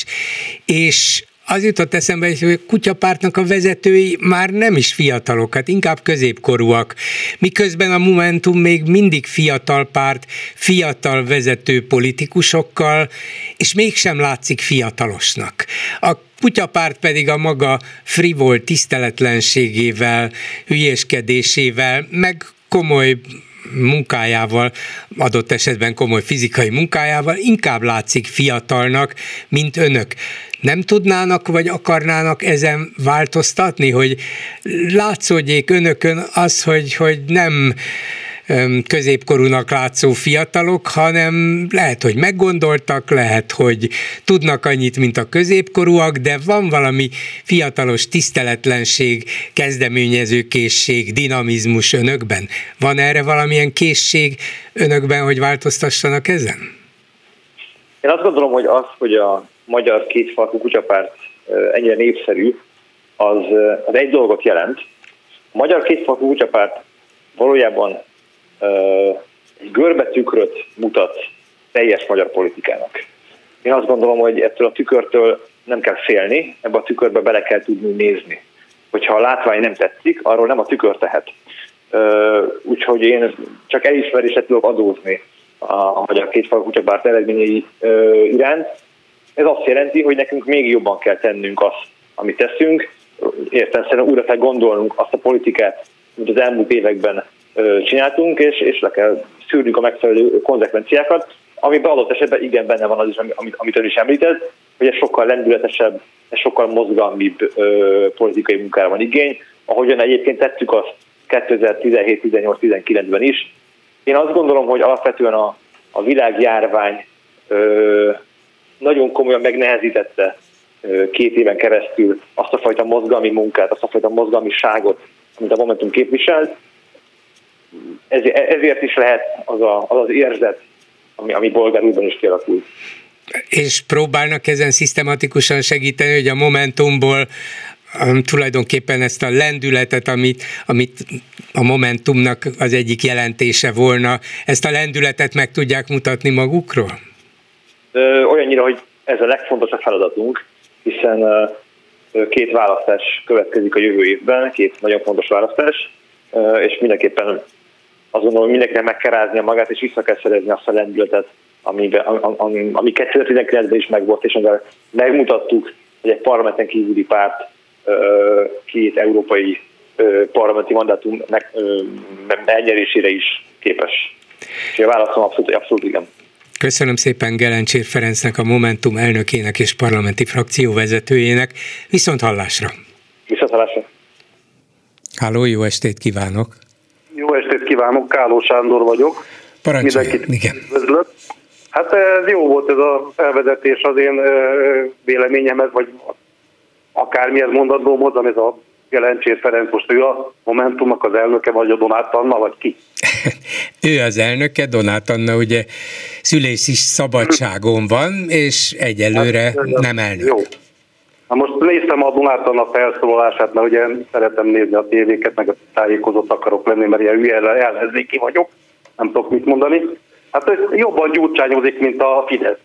S3: és az jutott eszembe, hogy a kutyapártnak a vezetői már nem is fiatalok, hát inkább középkorúak, miközben a Momentum még mindig fiatal párt, fiatal vezető politikusokkal, és mégsem látszik fiatalosnak. A kutyapárt pedig a maga frivol tiszteletlenségével, hülyéskedésével, meg komoly munkájával, adott esetben komoly fizikai munkájával inkább látszik fiatalnak, mint önök. Nem tudnának, vagy akarnának ezen változtatni, hogy látszódjék önökön az, hogy, hogy nem középkorúnak látszó fiatalok, hanem lehet, hogy meggondoltak, lehet, hogy tudnak annyit, mint a középkorúak, de van valami fiatalos tiszteletlenség, kezdeményezőkészség, dinamizmus önökben. Van erre valamilyen készség önökben, hogy változtassanak ezen?
S10: Én azt gondolom, hogy az, hogy a magyar kétfarkú kutyapárt ennyire népszerű, az, az egy dolgot jelent. A magyar kétfarkú kutyapárt valójában egy görbetükröt mutat teljes magyar politikának. Én azt gondolom, hogy ettől a tükörtől nem kell félni, ebbe a tükörbe bele kell tudni nézni. Hogyha a látvány nem tetszik, arról nem a tükör tehet. Úgyhogy én csak elismerésre tudok adózni a magyar kétfarkú kutyapárt eredményei iránt. Ez azt jelenti, hogy nekünk még jobban kell tennünk azt, amit teszünk. Értelemszerűen újra kell gondolnunk azt a politikát, amit az elmúlt években csináltunk, és, és le kell szűrnünk a megfelelő konzekvenciákat, amiben adott esetben igen benne van az is, amit, amit ön is említett, hogy ez sokkal lendületesebb, ez sokkal mozgalmibb ö, politikai munkára van igény, ahogyan egyébként tettük azt kétezer-tizenhét, tizennyolc, tizenkilencben is. Én azt gondolom, hogy alapvetően a, a világjárvány ö, nagyon komolyan megnehezítette ö, két éven keresztül azt a fajta mozgalmi munkát, azt a fajta mozgalmiságot, amit a Momentum képviselt. Ezért is lehet az a, az, az érzet, ami, ami Bolgár úrban is kialakult.
S3: És próbálnak ezen szisztematikusan segíteni, hogy a Momentumból um, tulajdonképpen ezt a lendületet, amit, amit a Momentumnak az egyik jelentése volna, ezt a lendületet meg tudják mutatni magukról?
S10: Ö, olyannyira, hogy ez a legfontosabb feladatunk, hiszen ö, két választás következik a jövő évben, két nagyon fontos választás, ö, és mindenképpen azt gondolom, hogy mindenkinek meg kell ráznia magát, és vissza kell szerezni azt a lendületet, ami, ami, ami kétezer-tizenkilencben is megvolt, és amivel megmutattuk, hogy egy parlamenten kívüli párt két európai parlamenti mandátum elnyerésére is képes. És a válaszom abszolút, abszolút igen.
S3: Köszönöm szépen Gelencsér Ferencnek, a Momentum elnökének és parlamenti frakcióvezetőjének. Viszont hallásra!
S10: Viszont hallásra!
S3: Háló, jó estét kívánok!
S11: Jó estét kívánok, Káló Sándor vagyok.
S3: Parancsoljon, igen.
S11: Üdvözlök. Hát ez jó volt ez a felvezetés az én véleményemhez, vagy akármilyen mondatból mondom, ez a Gelencsér Ferenc, most ő a Momentumnak az elnöke, vagy a Donát Anna, vagy ki?
S3: Ő az elnöke, Donát Anna ugye szülési szabadságon van, és egyelőre hát, nem elnök. Jó.
S11: Na most néztem a Donát Anna felszólalását, mert ugye szeretem nézni a tévéket, meg a tájékozott akarok lenni, mert ilyen hülye ellenzéki vagyok, nem tudok mit mondani. Hát ez jobban gyurcsányozik, mint a Fidesz.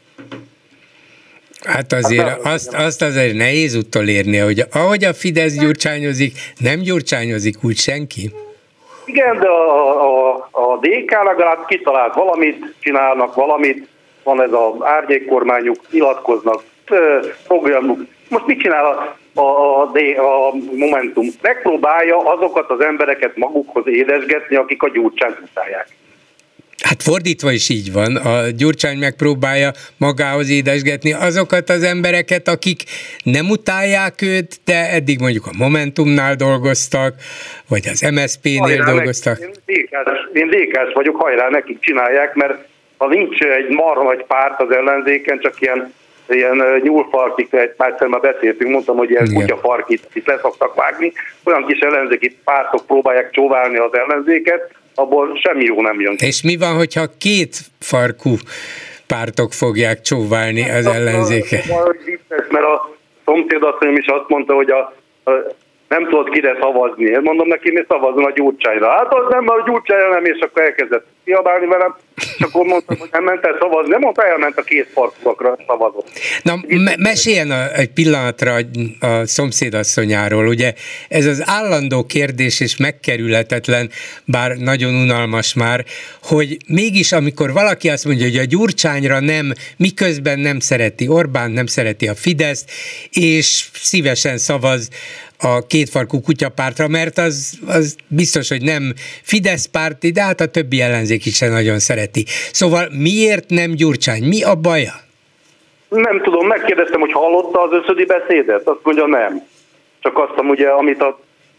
S3: Hát azért hát azt, azt azért nehéz utolérni, hogy ahogy a Fidesz gyurcsányozik, nem gyurcsányozik úgy senki.
S11: Igen, de a, a, a dé ká legalább kitalált valamit, csinálnak valamit, van ez az árnyékkormányuk, nyilatkoznak, programuk. Most mit csinál a, a, a, a Momentum? Megpróbálja azokat az embereket magukhoz édesgetni, akik a Gyurcsányt utálják.
S3: Hát fordítva is így van, a Gyurcsány megpróbálja magához édesgetni azokat az embereket, akik nem utálják őt, de eddig mondjuk a Momentumnál dolgoztak, vagy az em es zé pé-nél hajrá dolgoztak.
S11: Nekik, én dé ká-s, én dé ká-s vagyok, hajrá, nekik csinálják, mert ha nincs egy marha nagy párt az ellenzéken, csak ilyen, ilyen nyúlfarkik, egy párszor már beszéltünk, mondtam, hogy ilyen kutyafarkit itt leszoktak vágni, olyan kis ellenzéki pártok próbálják csóválni az ellenzéket, abból semmi jó nem jön.
S3: És mi van, hogyha két farkú pártok fogják csóválni az ellenzéket?
S11: Mert a szomszédasszonyom is azt mondta, hogy a, a, nem tudod kire szavazni. Én mondom neki, mi szavazzon a Gyurcsányra. Hát az nem, a Gyurcsányra nem, és akkor elkezdett kiabálni velem, és akkor mondtam, hogy nem ment el szavazni. Nem mondta, elment a két farkúakra szavazott.
S3: Na, me- meséljen a, egy pillanatra a, a szomszédasszonyáról. Ugye ez az állandó kérdés, és megkerülhetetlen, bár nagyon unalmas már, hogy mégis amikor valaki azt mondja, hogy a Gyurcsányra nem, miközben nem szereti Orbán, nem szereti a Fideszt, és szívesen szavaz a kétfarkú kutyapártra, mert az, az biztos, hogy nem Fidesz párti, de hát a többi ellenzék is nagyon szereti. Szóval miért nem Gyurcsány? Mi a baja?
S11: Nem tudom, megkérdeztem, hogy hallotta az összödi beszédet, azt mondja nem. Csak azt mondja, ugye, amit a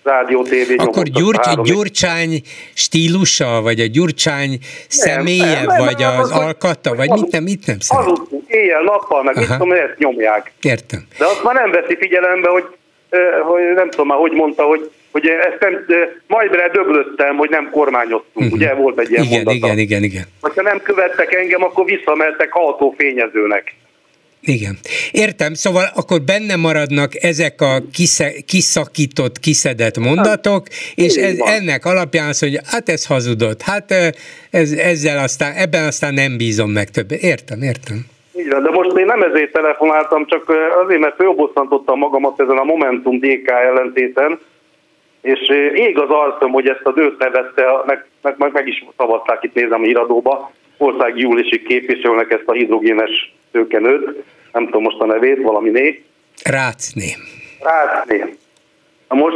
S11: rádió, tévé
S3: Akkor Gyurcs, Gyurcsány stílusa, vagy a Gyurcsány személye, nem, nem, vagy nem, az, az alkata, vagy mit nem, mit nem szeret?
S11: Hazudtunk, éjjel-nappal, meg mit tudom, ezt nyomják.
S3: Értem.
S11: De azt már nem veszi figyelembe, hogy, hogy nem tudom már, hogy mondta, hogy, hogy ezt nem, majdnem döglöttem, hogy nem kormányoztunk, uh-huh. ugye volt egy ilyen
S3: igen,
S11: mondata.
S3: Igen, igen, igen.
S11: Ha nem követtek engem, akkor visszamertek hajtó fényezőnek.
S3: Igen. Értem, szóval akkor benne maradnak ezek a kisze, kiszakított, kiszedett mondatok, és ez, ennek alapján az, hogy hát ez hazudott, hát ez, ezzel aztán, ebben aztán nem bízom meg többet. Értem, értem.
S11: Így van, de most én nem ezért telefonáltam, csak azért, mert fölbosszantottam magamat ezen a Momentum dé ká ellentéten, és ég az arcom, hogy ezt a nőt nevezte, meg, meg, meg, meg is szavazták, itt nézem a híradóba, országgyűlési képviselőnek ezt a hidrogénes tőkenőt, nem tudom most a nevét, valami né.
S3: Rácné.
S11: Rácné. Na most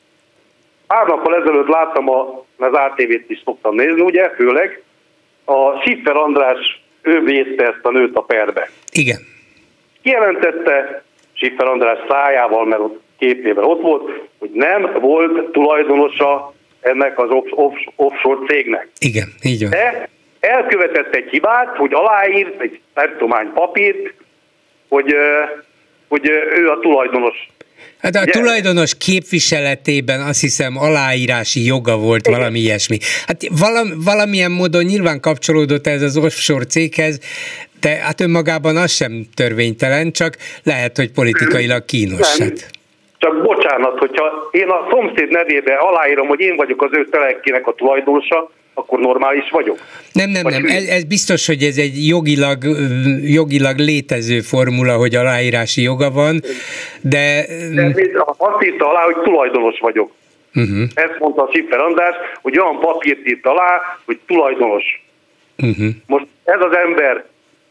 S11: pár nappal ezelőtt láttam, a, az á té vét is szoktam nézni, ugye, főleg, a Schiffer András, ő vészte ezt a nőt a perbe.
S3: Igen.
S11: Kijelentette Schiffer András szájával, mert ott képében ott volt, hogy nem volt tulajdonosa ennek az off- off- offshore cégnek.
S3: Igen, így van.
S11: De elkövetett egy hibát, hogy aláírt egy nem tudom hány papírt, hogy, hogy ő a tulajdonos.
S3: Hát a
S11: ugye?
S3: tulajdonos képviseletében azt hiszem aláírási joga volt, igen. Valami ilyesmi. Hát valam, valamilyen módon nyilván kapcsolódott ez az offshore céghez, de hát önmagában az sem törvénytelen, csak lehet, hogy politikailag kínos.
S11: Nem. Csak bocsánat, hogyha én a szomszéd nevébe aláírom, hogy én vagyok az ő telekkének a tulajdonosa, akkor normális vagyok.
S3: Nem, nem, nem. Ez, ez biztos, hogy ez egy jogilag, jogilag létező formula, hogy aláírási joga van, de...
S11: de azt írta alá, hogy tulajdonos vagyok. Uh-huh. Ezt mondta a Schiffer András, hogy olyan papírt írt alá, hogy tulajdonos. Uh-huh. Most ez az ember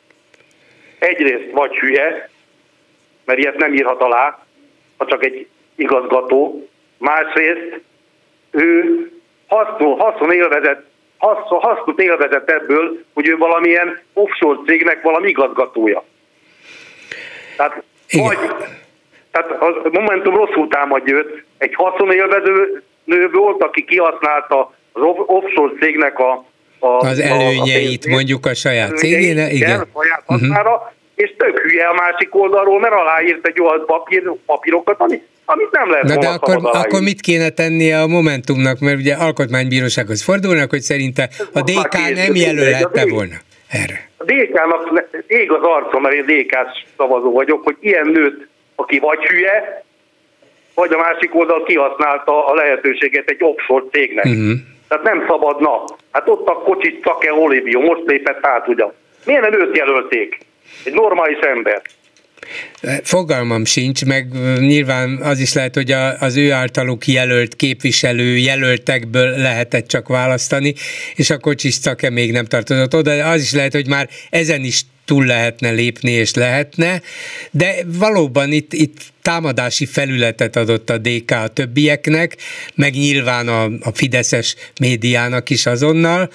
S11: egyrészt vagy hülye, mert ilyet nem írhat alá, ha csak egy igazgató, másrészt ő hasznon, hasznon élvezett, hasznon, hasznot élvezett ebből, hogy ő valamilyen offshore cégnek valami igazgatója. Tehát, vagy, tehát a Momentum rosszul támadja őt, egy haszonélvező nő volt, aki kihasználta az offshore cégnek a, a
S3: az előnyeit, a, a mondjuk a saját cégének, igen. igen.
S11: A saját hasznára, uh-huh. és tök hülye a másik oldalról, mert aláírt egy olyan papír, papírokat, ami, amit nem lehet.
S3: Na de akkor, akkor mit kéne tennie a Momentumnak, mert ugye alkotmánybírósághoz fordulnak, hogy szerinte a dé ká nem jelölhette volna erre.
S11: A dé ká-nak ég az arcom, mert én dé ká-s szavazó vagyok, hogy ilyen nőt, aki vagy hülye, vagy a másik oldal kihasználta a lehetőséget egy offshore cégnek. Uh-huh. Tehát nem szabadna. Hát ott a Kocsis Szake Olivio, most lépett át ugyan. Miért nem őt jelölték? Egy normális ember.
S3: Fogalmam sincs, meg nyilván az is lehet, hogy az ő általuk jelölt képviselő jelöltekből lehetett csak választani, és a Kocsis Szake még nem tartozott oda, de az is lehet, hogy már ezen is túl lehetne lépni, és lehetne, de valóban itt, itt támadási felületet adott a dé ká a többieknek, meg nyilván a, a fideszes médiának is azonnal.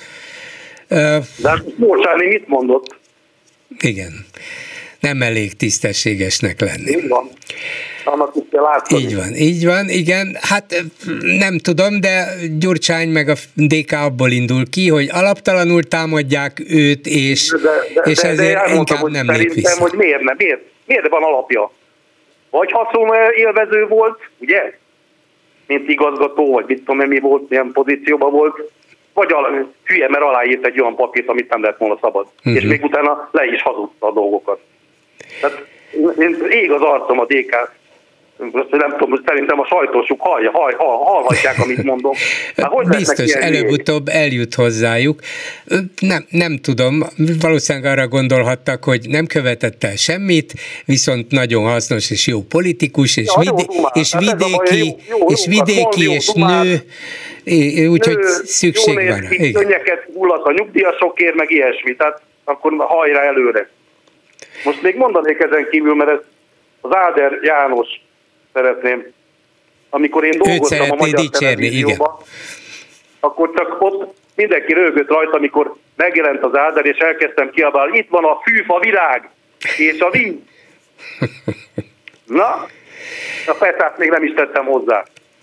S11: De hát Mócsáni mit mondott?
S3: Igen. Nem elég tisztességesnek lenni.
S11: Így van. Annak is kell látni.
S3: Így van, így van, igen. Hát nem tudom, de Gyurcsány meg a dé ká abból indul ki, hogy alaptalanul támadják őt, és, de, de, és
S11: de,
S3: ezért
S11: de
S3: inkább nem lép vissza.
S11: Hogy miért nem, miért, miért van alapja? Vagy haszonélvező volt, ugye? Mint igazgató, vagy mit tudom, mi volt, milyen pozícióban volt, vagy al- hülye, mert aláírt egy olyan papírt, amit nem lett volna szabad. Uh-huh. És még utána le is hazudta a dolgokat. Tehát ég az arcom a dé ká. Most nem tudom, szerintem a sajtósuk hallja, hall, hall, hallhatják, amit mondom.
S3: Hogy biztos, előbb-utóbb eljut hozzájuk. Nem, nem tudom, valószínűleg arra gondolhattak, hogy nem követett el semmit, viszont nagyon hasznos és jó politikus, és, ja, vidé- jó, és vidéki, jó, jó, és, vidéki jó, és nő, úgyhogy szükség
S11: jó
S3: van.
S11: Néz, könnyeket hullat a nyugdíjasokért, meg ilyesmi, tehát akkor hajrá előre. Most még mondanék ezen kívül, mert ez az Áder János szeretném, amikor én dolgoztam a Magyar Televízióban, akkor csak ott mindenki röhögött rajta, amikor megjelent az Áder, és elkezdtem kiabálni, itt van a fűfa virág, és a víz. Na, a Petát még nem is tettem hozzá.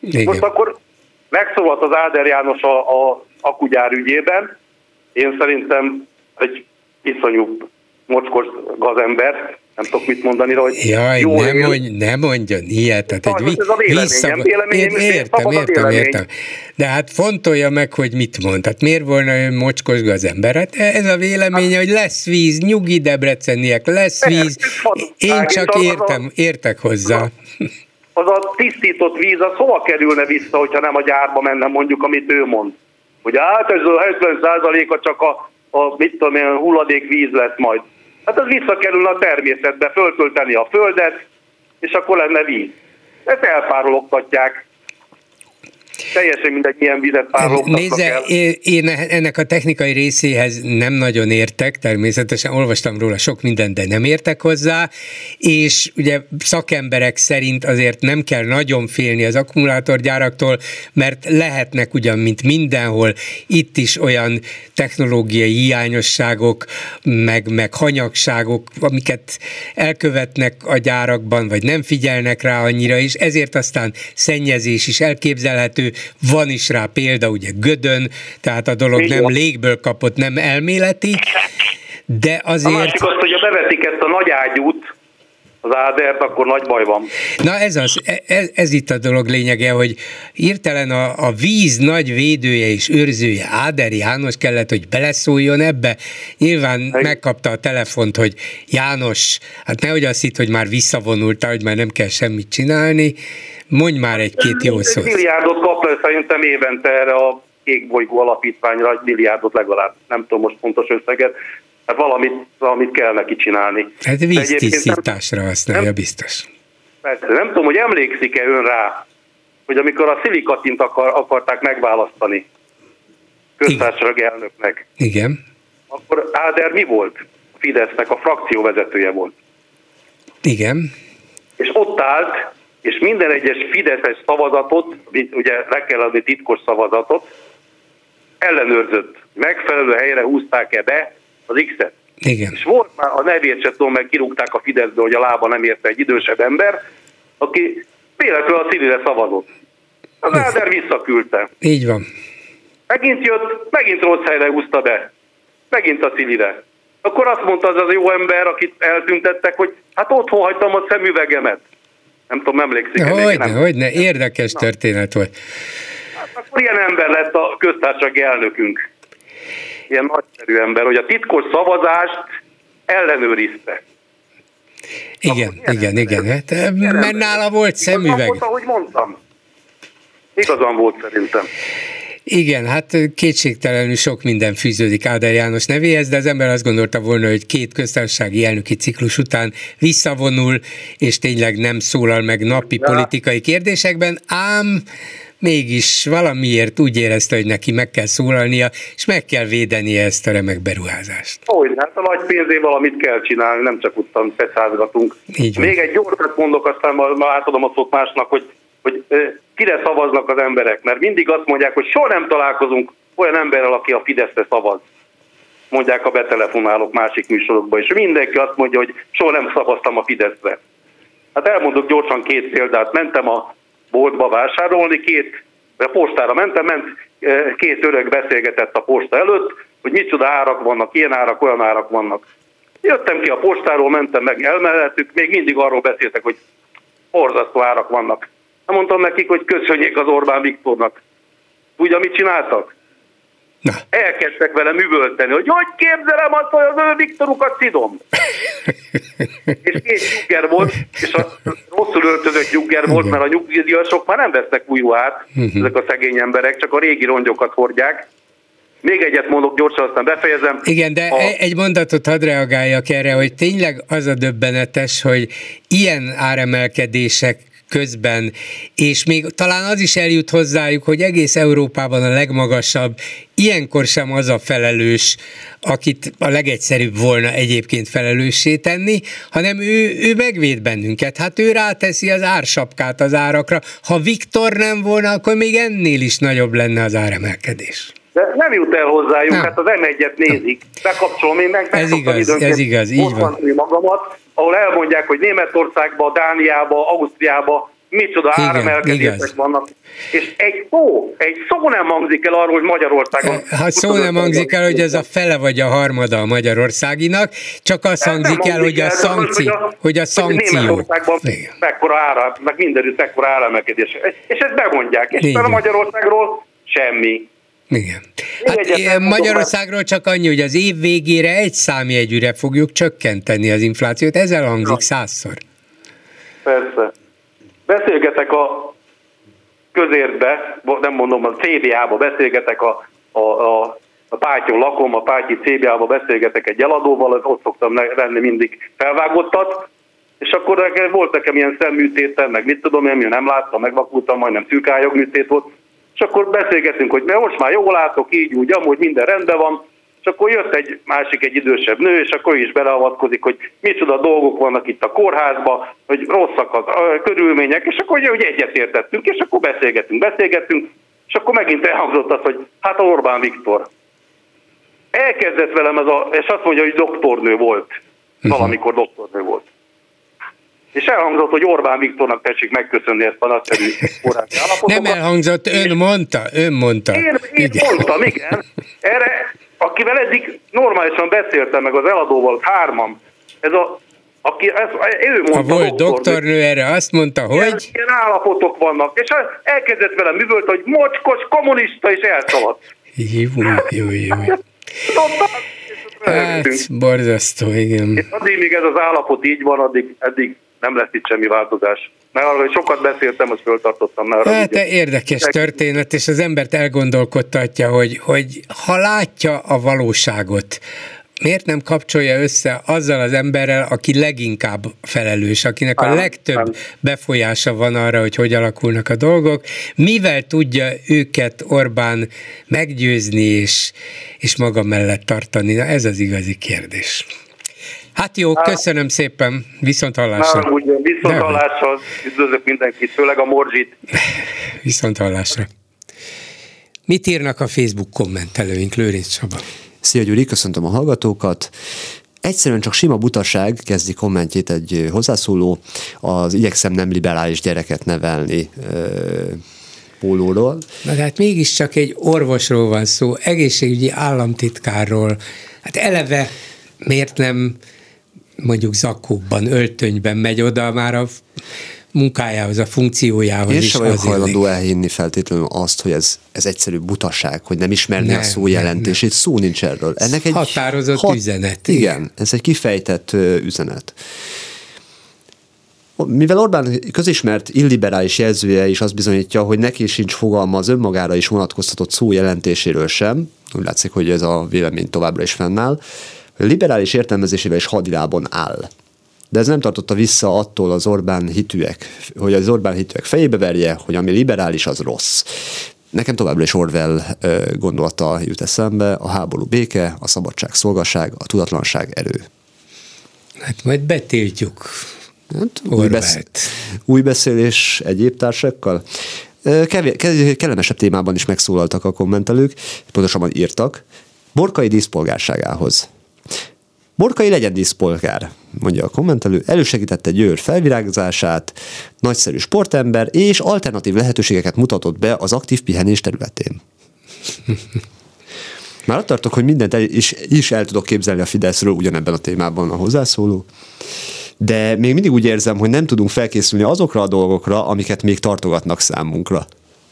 S11: Igen. Most akkor megszólalt az Áder János a, a akugyár ügyében. Én szerintem egy iszonyú mocskos gazember, nem tudok mit mondani rá, hogy
S3: jaj,
S11: jó
S3: ne,
S11: él.
S3: mondj, ne mondjon ilyet. Tehát egy
S11: ez a véleményem, véleményem
S3: én értem, értem, értem. De hát fontolja meg, hogy mit mond. Hát miért volna ő mocskos gazember? Hát ez a véleménye, hogy lesz víz, nyugi debreceniek, lesz víz. Én csak értem, értek hozzá.
S11: Az a tisztított víz, az hova kerülne vissza, hogyha nem a gyárba menne, mondjuk, amit ő mond? Hogy hát ez a hetven százaléka csak a, a mit tudom én, hulladék víz lesz majd. Hát az visszakerülne a természetbe, föltölteni a földet, és akkor lenne víz. Ezt elpárologtatják. Teljesen mindegy, milyen vizet párologtatnak.
S3: Nézze, el. Én ennek a technikai részéhez nem nagyon értek, természetesen olvastam róla sok mindent, de nem értek hozzá, és ugye szakemberek szerint azért nem kell nagyon félni az akkumulátorgyáraktól, mert lehetnek ugyan, mint mindenhol, itt is olyan technológiai hiányosságok, meg, meg hanyagságok, amiket elkövetnek a gyárakban, vagy nem figyelnek rá annyira, és ezért aztán szennyezés is elképzelhető. Van is rá példa, ugye Gödön, tehát a dolog nem légből kapott, nem elméleti, de azért...
S11: A másik az, hogy ha bevetik ezt a nagy ágyút, az Ádert, akkor nagy baj van.
S3: Na ez az, ez, ez itt a dolog lényege, hogy hirtelen a, a víz nagy védője és őrzője Áder János kellett, hogy beleszóljon ebbe. Nyilván Egy. megkapta a telefont, hogy János, hát nehogy azt hitt, hogy már visszavonultál, hogy már nem kell semmit csinálni. Mondj már egy-két jó szót.
S11: Egy milliárdot kap le szerintem évente erre a Kékbolygó alapítványra, egy milliárdot legalább, nem tudom most pontos összeget, hát valamit, valamit kell neki csinálni.
S3: Hát víztisztításra használja, nem, biztos.
S11: Persze, nem tudom, hogy emlékszik-e ön rá, hogy amikor a Szilikatint akar, akarták megválasztani köztársasági elnöknek.
S3: Igen.
S11: Akkor Áder mi volt? A Fidesznek a frakcióvezetője volt.
S3: Igen.
S11: És ott állt, és minden egyes fideszes szavazatot, ugye le kell adni titkos szavazatot, ellenőrzött. Megfelelő helyre húzták-e be az X-et.
S3: Igen.
S11: És volt már, a nevét se tudom, meg kirúgták a Fideszbe, hogy a lába nem érte egy idősebb ember, aki véletlenül a Szilire szavazott. Az Áder visszaküldte.
S3: Így van.
S11: Megint jött, megint rossz helyre húzta be. Megint a Szilire. Akkor azt mondta az az jó ember, akit eltüntettek, hogy hát otthon hagytam a szemüvegemet. Nem tudom, emlékszik.
S3: Hogyne, hogyne, érdekes Na. történet volt.
S11: Hát akkor ilyen ember lett a köztársasági elnökünk. Ilyen nagyszerű ember, hogy a titkos szavazást ellenőrizte.
S3: Igen, igen, igen. Hát, mert nála volt szemüveg.
S11: Igazán volt, ahogy mondtam. Igazán volt szerintem.
S3: Igen, hát kétségtelenül sok minden fűződik Áder János nevéhez, de az ember azt gondolta volna, hogy két köztársasági elnöki ciklus után visszavonul, és tényleg nem szólal meg napi ja. politikai kérdésekben, ám mégis valamiért úgy érezte, hogy neki meg kell szólalnia, és meg kell védenie ezt a remek beruházást.
S11: Hogy, hát a nagy pénzé valamit kell csinálni, nem csak után feszázgatunk. Még egy gyorsat mondok, aztán már átadom a szót másnak, hogy hogy kire szavaznak az emberek, mert mindig azt mondják, hogy soha nem találkozunk olyan emberrel, aki a Fideszre szavaz. Mondják a betelefonálók másik műsorokban, és mindenki azt mondja, hogy soha nem szavaztam a Fideszre. Hát elmondok gyorsan két példát. Mentem a boltba vásárolni, két, a postára mentem, ment, két öreg beszélgetett a posta előtt, hogy micsoda árak vannak, ilyen árak, olyan árak vannak. Jöttem ki a postáról, mentem meg, elmellettük, még mindig arról beszéltek, hogy borzasztó árak vannak. Nem mondtam nekik, hogy köszönjék az Orbán Viktornak. Tudja, mit csináltak?
S3: Na.
S11: Elkezdtek vele művölteni, hogy hogy képzelem azt, hogy az ő Viktorukat szidom. És két nyugger volt, és a rosszul öltözött nyugger volt, mert a nyugdíjasok már nem vesznek új ruhát, uh-huh. ezek a szegény emberek, csak a régi rongyokat hordják. Még egyet mondok gyorsan, aztán befejezem.
S3: Igen, de a... egy mondatot hadd reagáljak erre, hogy tényleg az a döbbenetes, hogy ilyen áremelkedések közben, és még talán az is eljut hozzájuk, hogy egész Európában a legmagasabb, ilyenkor sem az a felelős, akit a legegyszerűbb volna egyébként felelőssé tenni, hanem ő, ő megvéd bennünket. Hát ő ráteszi az ársapkát az árakra. Ha Viktor nem volna, akkor még ennél is nagyobb lenne az áremelkedés.
S11: De nem jut el hozzájuk, nem. Hát az em egyet nézik. Bekapcsolom én meg.
S3: Ez igaz, ez igaz, így van.
S11: Magamat, ahol elmondják, hogy Németországba, Dániába, Ausztriába micsoda áremelkedések vannak, és egy szó, egy szó nem hangzik el arról, hogy Magyarországon...
S3: Ha szó nem hangzik el, hogy ez a fele vagy a harmada a Magyarországinak, csak azt hangzik el, hogy a szankció, hogy a szankció.
S11: Németországban mekkora ára, meg mindenütt mekkora áremelkedés. És ezt bemondják, és a Magyarországról semmi.
S3: Igen. Hát Magyarországról csak annyi, hogy az év végére egy számjegyűre fogjuk csökkenteni az inflációt, ezzel hangzik százszor.
S11: Persze. Beszélgetek a közértbe, nem mondom, a cé bé á-ba beszélgetek, a, a, a, a Pátyon lakom, a Pátyi cé bé á-ba beszélgetek egy eladóval, ott szoktam venni mindig felvágottat, és akkor nekem, volt nekem ilyen szemműtétem, meg mit tudom én, nem láttam, megvakultam, majdnem szűkályog műtét volt, és akkor beszélgetünk, hogy most már jól látok, így úgy, amúgy minden rendben van, és akkor jött egy másik, egy idősebb nő, és akkor is beleavatkozik, hogy micsoda dolgok vannak itt a kórházban, hogy rosszak az a körülmények, és akkor ugye, hogy egyetértettünk, és akkor beszélgetünk, beszélgetünk, és akkor megint elhangzott az, hogy hát Orbán Viktor. Elkezdett velem ez a, és azt mondja, hogy doktornő volt, valamikor doktornő volt. És elhangzott, hogy Orbán Viktornak tessék megköszönni ezt a nagyszerű kórházi állapotokat.
S3: Nem elhangzott, ön mondta, ön mondta.
S11: Én, én mondtam, igen. Erre, akivel eddig normálisan beszéltem, meg az eladóval hárman, ez a, aki, ez, ő mondta.
S3: Ha volt doktornő, erre azt mondta, hogy... Ilyen,
S11: ilyen állapotok vannak. És elkezdett velem művölt, hogy mocskos, kommunista, és elszaladt.
S3: Jó, jó, jó. Hát, borzasztó, igen.
S11: És addig, míg ez az állapot így van, addig, eddig nem lesz itt semmi változás. Mert arra, hogy sokat beszéltem, azt föltartottam. Arra,
S3: hát ugye, érdekes történet, és az embert elgondolkodtatja, hogy, hogy ha látja a valóságot, miért nem kapcsolja össze azzal az emberrel, aki leginkább felelős, akinek a legtöbb befolyása van arra, hogy hogy alakulnak a dolgok, mivel tudja őket Orbán meggyőzni és, és maga mellett tartani? Na, ez az igazi kérdés. Hát jó, köszönöm szépen, viszont hallásra.
S11: Na, úgy, viszont hallásra, üdvözlök mindenkit, főleg a Morzsit.
S3: Viszont hallásra. Mit írnak a Facebook kommentelőink, Lőrinc Csaba?
S12: Szia Gyuri, köszöntöm a hallgatókat. Egyszerűen csak sima butaság, kezdi kommentjét egy hozzászóló, az igyekszem nem liberális gyereket nevelni pólóról.
S3: Na hát mégiscsak egy orvosról van szó, egészségügyi államtitkárról. Hát eleve miért nem mondjuk zakóban, öltönyben megy oda már a munkájához, a funkciójához
S12: Én
S3: is. Én
S12: sem vagyok hajlandó elhinni feltétlenül azt, hogy ez, ez egyszerű butaság, hogy nem ismerni nem, a szó jelentését. Nem. Szó nincs erről. Ennek egy
S3: határozott hat, üzenet.
S12: Igen, igen, ez egy kifejtett uh, üzenet. Mivel Orbán közismert illiberális jelzője is azt bizonyítja, hogy neki sincs fogalma az önmagára is vonatkoztatott szó jelentéséről sem, úgy látszik, hogy ez a vélemény továbbra is fennáll, liberális értelmezésével is hadilában áll. De ez nem tartotta vissza attól az Orbán hitűek, hogy az Orbán hitűek fejébe verje, hogy ami liberális, az rossz. Nekem továbbra is Orwell gondolata jut eszembe, a háború béke, a szabadság szolgaság, a tudatlanság erő.
S3: Hát majd betiltjuk
S12: hát, új, besz- új beszélés egyéb társakkal. Kev- kellemesebb témában is megszólaltak a kommentelők, pontosabban írtak, Borkai díszpolgárságához. Borkai legyen díszpolgár, mondja a kommentelő, elősegítette Győr felvirágzását, nagyszerű sportember, és alternatív lehetőségeket mutatott be az aktív pihenés területén. Már ott tartok, hogy mindent el, is, is el tudok képzelni a Fideszről ugyanebben a témában a hozzászóló, de még mindig úgy érzem, hogy nem tudunk felkészülni azokra a dolgokra, amiket még tartogatnak számunkra.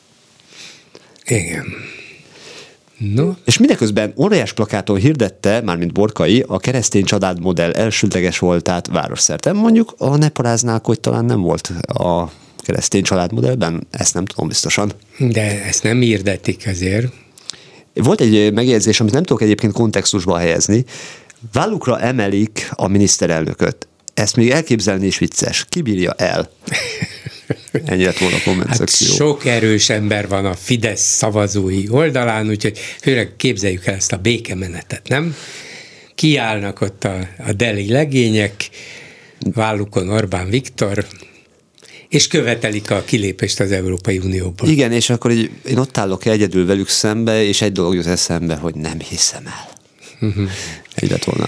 S3: Igen. No.
S12: És mindeközben óriás plakáton hirdette, mármint Borkai, a keresztény család modell elsődleges voltát városszerte. Mondjuk a ne paráznák, talán nem volt a keresztény család modellben, ezt nem tudom biztosan.
S3: De ezt nem hirdetik azért.
S12: Volt egy megjegyzés, amit nem tudok egyébként kontextusba helyezni. Vállukra emelik a miniszterelnököt. Ezt még elképzelni is vicces. Ki bírja el? Ennyi lett volna a kommentszekció.
S3: Hát sok erős ember van a Fidesz szavazói oldalán, úgyhogy főleg képzeljük el ezt a békemenetet, nem? Kiállnak ott a, a deli legények, vállukon Orbán Viktor, és követelik a kilépést az Európai Unióból.
S12: Igen, és akkor így, én ott állok egyedül velük szembe, és egy dolog jut eszembe, hogy nem hiszem el. Uh-huh. Egy lett volna.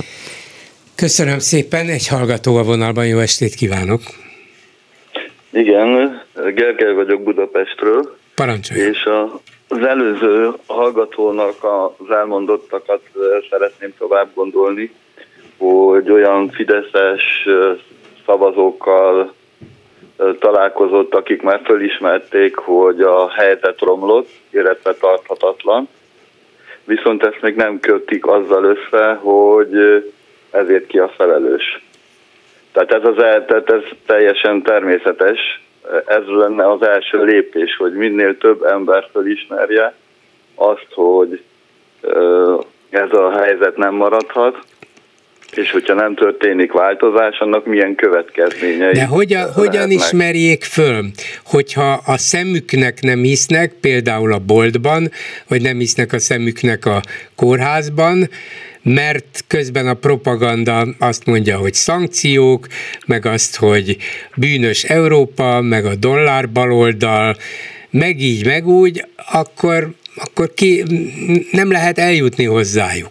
S3: Köszönöm szépen, egy hallgató a vonalban, jó estét kívánok!
S13: Igen, Gergely vagyok Budapestről.
S3: Parancsolj.
S13: És a, az előző hallgatónak az elmondottakat szeretném tovább gondolni, hogy olyan fideszes szavazókkal találkozott, akik már fölismerték, hogy a helyzet romlott, illetve tarthatatlan, viszont ezt még nem kötik azzal össze, hogy ezért ki a felelős. Tehát ez, az, tehát ez teljesen természetes, ez lenne az első lépés, hogy minél több ember fölismerje azt, hogy ez a helyzet nem maradhat, és hogyha nem történik változás, annak milyen következményei.
S3: De hogyan, hogyan ismerjék föl, hogyha a szemüknek nem hisznek, például a boltban, vagy nem hisznek a szemüknek a kórházban, mert közben a propaganda azt mondja, hogy szankciók, meg azt, hogy bűnös Európa, meg a dollár baloldal, meg így, meg úgy, akkor, akkor ki, nem lehet eljutni hozzájuk.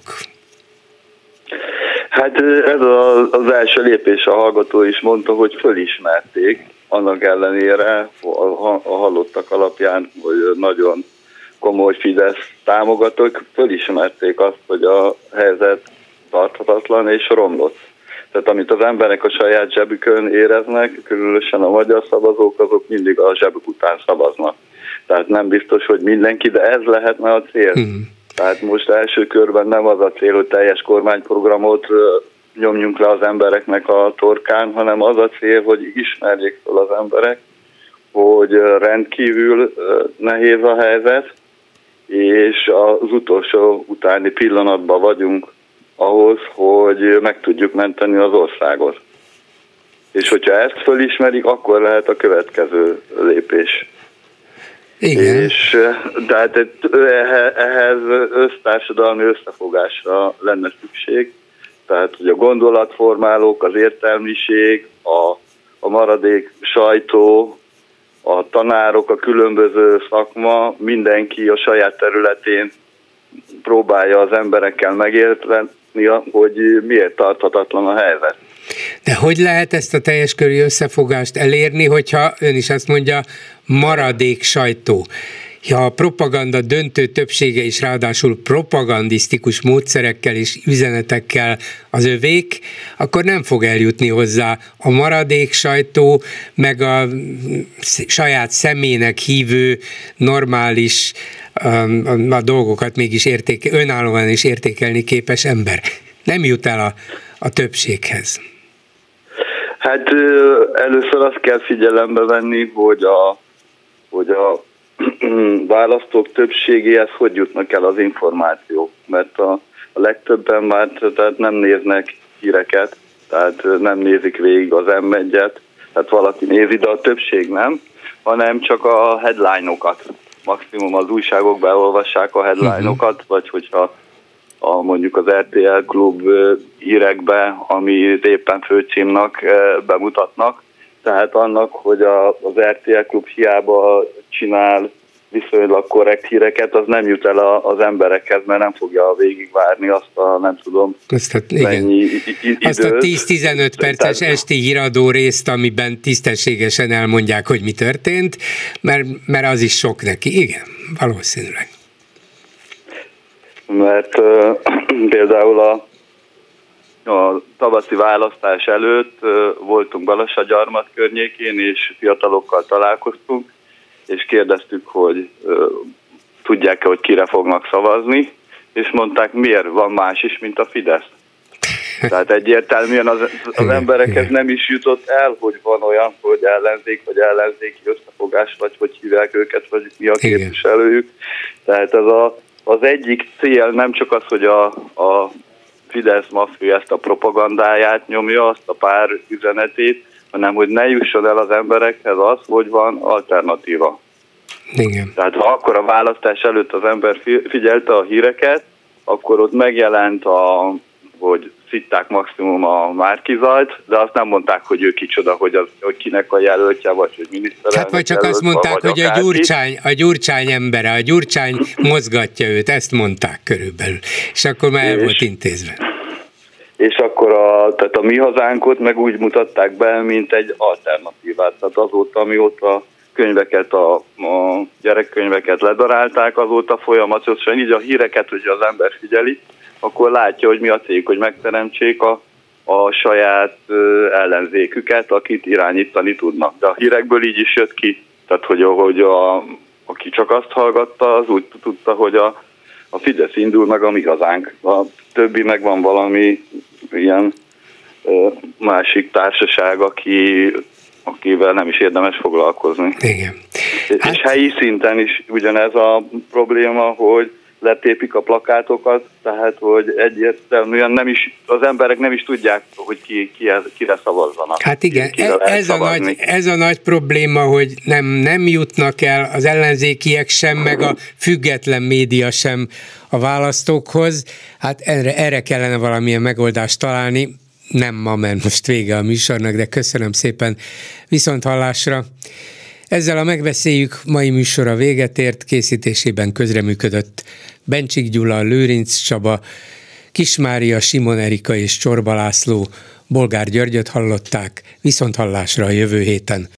S13: Hát ez az első lépés, a hallgató is mondta, hogy fölismerték, annak ellenére a hallottak alapján, hogy nagyon komoly Fidesz támogatók fölismerték azt, hogy a helyzet tarthatatlan és romlott. Tehát amit az emberek a saját zsebükön éreznek, különösen a magyar szavazók, azok mindig a zsebük után szavaznak. Tehát nem biztos, hogy mindenki, de ez lehetne a cél. Mm. Tehát most első körben nem az a cél, hogy teljes kormányprogramot nyomjunk le az embereknek a torkán, hanem az a cél, hogy ismerjék fel az emberek, hogy rendkívül nehéz a helyzet, és az utolsó utáni pillanatban vagyunk ahhoz, hogy meg tudjuk menteni az országot. És hogyha ezt fölismerik, akkor lehet a következő lépés.
S3: Igen.
S13: És tehát ehhez össztársadalmi összefogásra lenne szükség, tehát hogy a gondolatformálók, az értelmiség, a, a maradék sajtó, a tanárok, a különböző szakma, mindenki a saját területén próbálja az emberekkel megérteni, hogy miért tarthatatlan a helyzet.
S3: De hogy lehet ezt a teljes körű összefogást elérni, hogyha ön is azt mondja, maradék sajtó? Ha a propaganda döntő többsége is ráadásul propagandisztikus módszerekkel és üzenetekkel az övék, akkor nem fog eljutni hozzá a maradék sajtó, meg a saját személynek hívő, normális, a dolgokat mégis értéke, önállóan is értékelni képes ember. Nem jut el a, a többséghez.
S13: Hát először azt kell figyelembe venni, hogy a, hogy a választók többségéhez hogy jutnak el az információk, mert a, a legtöbben már tehát nem néznek híreket, tehát nem nézik végig az em egyet, tehát valaki nézi, de a többség nem, hanem csak a headline-okat. Maximum az újságok beolvassák a headline-okat, uh-huh. vagy hogyha a, mondjuk az er té el Klub hírekbe, ami éppen főcímnak bemutatnak, tehát annak, hogy a, az er té el Klub hiába csinál viszonylag korrekt híreket, az nem jut el a, az emberekhez, mert nem fogja végigvárni azt a, nem tudom,
S3: azt a,
S13: mennyi
S3: igen.
S13: időt.
S3: Azt a tíz-tizenöt perces Tehát... esti híradó részt, amiben tisztességesen elmondják, hogy mi történt, mert, mert az is sok neki. Igen, valószínűleg.
S13: Mert uh, például a A tavaszi választás előtt voltunk Balassagyarmat környékén, és fiatalokkal találkoztunk, és kérdeztük, hogy tudják-e, hogy kire fognak szavazni, és mondták, miért van más is, mint a Fidesz. Tehát egyértelműen az, az emberekhez nem is jutott el, hogy van olyan, hogy ellenzék, vagy ellenzéki összefogás, vagy hogy hívják őket, vagy mi a képviselőjük. Tehát ez a, az egyik cél nem csak az, hogy a, a Fidesz maffia ezt a propagandáját nyomja, azt a pár üzenetét, hanem hogy ne jusson el az emberekhez az, hogy van alternatíva.
S3: Igen.
S13: Tehát ha akkor a választás előtt az ember figyelte a híreket, akkor ott megjelent, a, hogy szitták maximum a Márki-Zajt, de azt nem mondták, hogy ő kicsoda, hogy, az, hogy kinek a jelöltje, vagy hogy miniszterelnök.
S3: Hát vagy csak jelölt, azt mondták, hogy a Gyurcsány, a Gyurcsány embere, a Gyurcsány mozgatja őt, ezt mondták körülbelül. És akkor már el volt intézve.
S13: És akkor a, tehát a Mi Hazánkot meg úgy mutatták be, mint egy alternatívát. Tehát azóta, amióta könyveket, a, a gyerekkönyveket ledarálták, azóta folyamatosan így a híreket, hogyha az ember figyeli, akkor látja, hogy mi a cég, hogy megteremtsék a, a saját ö, ellenzéküket, akit irányítani tudnak. De a hírekből így is jött ki, tehát hogy, hogy a, aki csak azt hallgatta, az úgy tudta, hogy a, a Fidesz indul, meg a mi hazánk. A többi meg van valami ilyen ö, másik társaság, aki akivel nem is érdemes foglalkozni.
S3: Igen.
S13: Hát... És helyi szinten is ugyanez a probléma, hogy letépik a plakátokat, tehát hogy egyértelműen nem is, az emberek nem is tudják, hogy ki, ki, kire szavazzanak.
S3: Hát igen, ki, ez, a nagy, ez a nagy probléma, hogy nem, nem jutnak el az ellenzékiek sem, meg a független média sem a választókhoz. Hát erre, erre kellene valamilyen megoldást találni. Nem ma, mert most vége a műsornak, de köszönöm szépen, viszont hallásra. Ezzel a megbeszéljük mai műsora véget ért, készítésében közreműködött Bencsik Gyula, Lőrinc Csaba, Kis Mária, Simon Erika és Csorba László. Bolgár Györgyöt hallották, viszont hallásra a jövő héten.